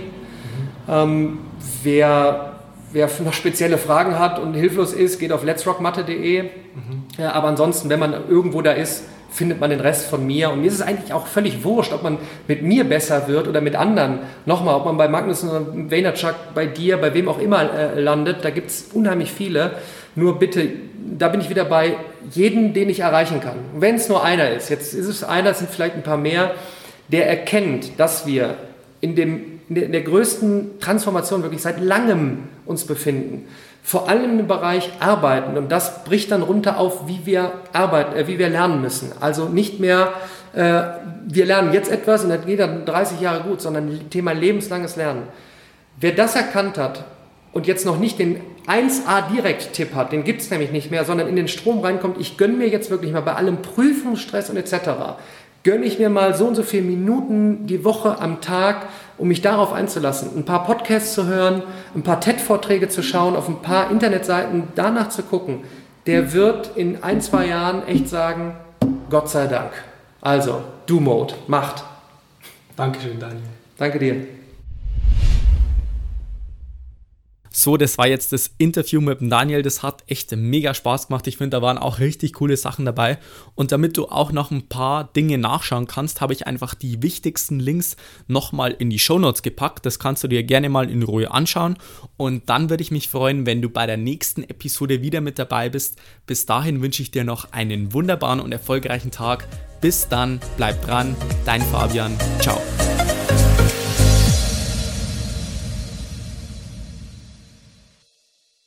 Speaker 2: Wer noch spezielle Fragen hat und hilflos ist, geht auf letsrockmathe.de. Aber ansonsten, wenn man irgendwo da ist, findet man den Rest von mir. Und mir ist es eigentlich auch völlig wurscht, ob man mit mir besser wird oder mit anderen. Nochmal, ob man bei Magnussen oder Vaynerchuk, bei dir, bei wem auch immer landet, da gibt es unheimlich viele. Nur bitte, da bin ich wieder bei jedem, den ich erreichen kann. Wenn es nur einer ist, jetzt ist es einer, es sind vielleicht ein paar mehr, der erkennt, dass wir in der größten Transformation wirklich seit langem uns befinden. Vor allem im Bereich Arbeiten. Und das bricht dann runter auf, wie wir lernen müssen. Also nicht mehr, wir lernen jetzt etwas und dann geht dann 30 Jahre gut, sondern Thema lebenslanges Lernen. Wer das erkannt hat und jetzt noch nicht den 1A-Direkt-Tipp hat, den gibt es nämlich nicht mehr, sondern in den Strom reinkommt, ich gönne mir jetzt wirklich mal bei allem Prüfungsstress und etc., gönne ich mir mal so und so viele Minuten die Woche am Tag, um mich darauf einzulassen, ein paar Podcasts zu hören, ein paar TED-Vorträge zu schauen, auf ein paar Internetseiten danach zu gucken, der wird in 1-2 Jahren echt sagen, Gott sei Dank. Also, Do-Mode, macht.
Speaker 1: Dankeschön, Daniel.
Speaker 2: Danke dir.
Speaker 1: So, das war jetzt das Interview mit dem Daniel. Das hat echt mega Spaß gemacht. Ich finde, da waren auch richtig coole Sachen dabei. Und damit du auch noch ein paar Dinge nachschauen kannst, habe ich einfach die wichtigsten Links nochmal in die Shownotes gepackt. Das kannst du dir gerne mal in Ruhe anschauen. Und dann würde ich mich freuen, wenn du bei der nächsten Episode wieder mit dabei bist. Bis dahin wünsche ich dir noch einen wunderbaren und erfolgreichen Tag. Bis dann, bleib dran. Dein Fabian. Ciao.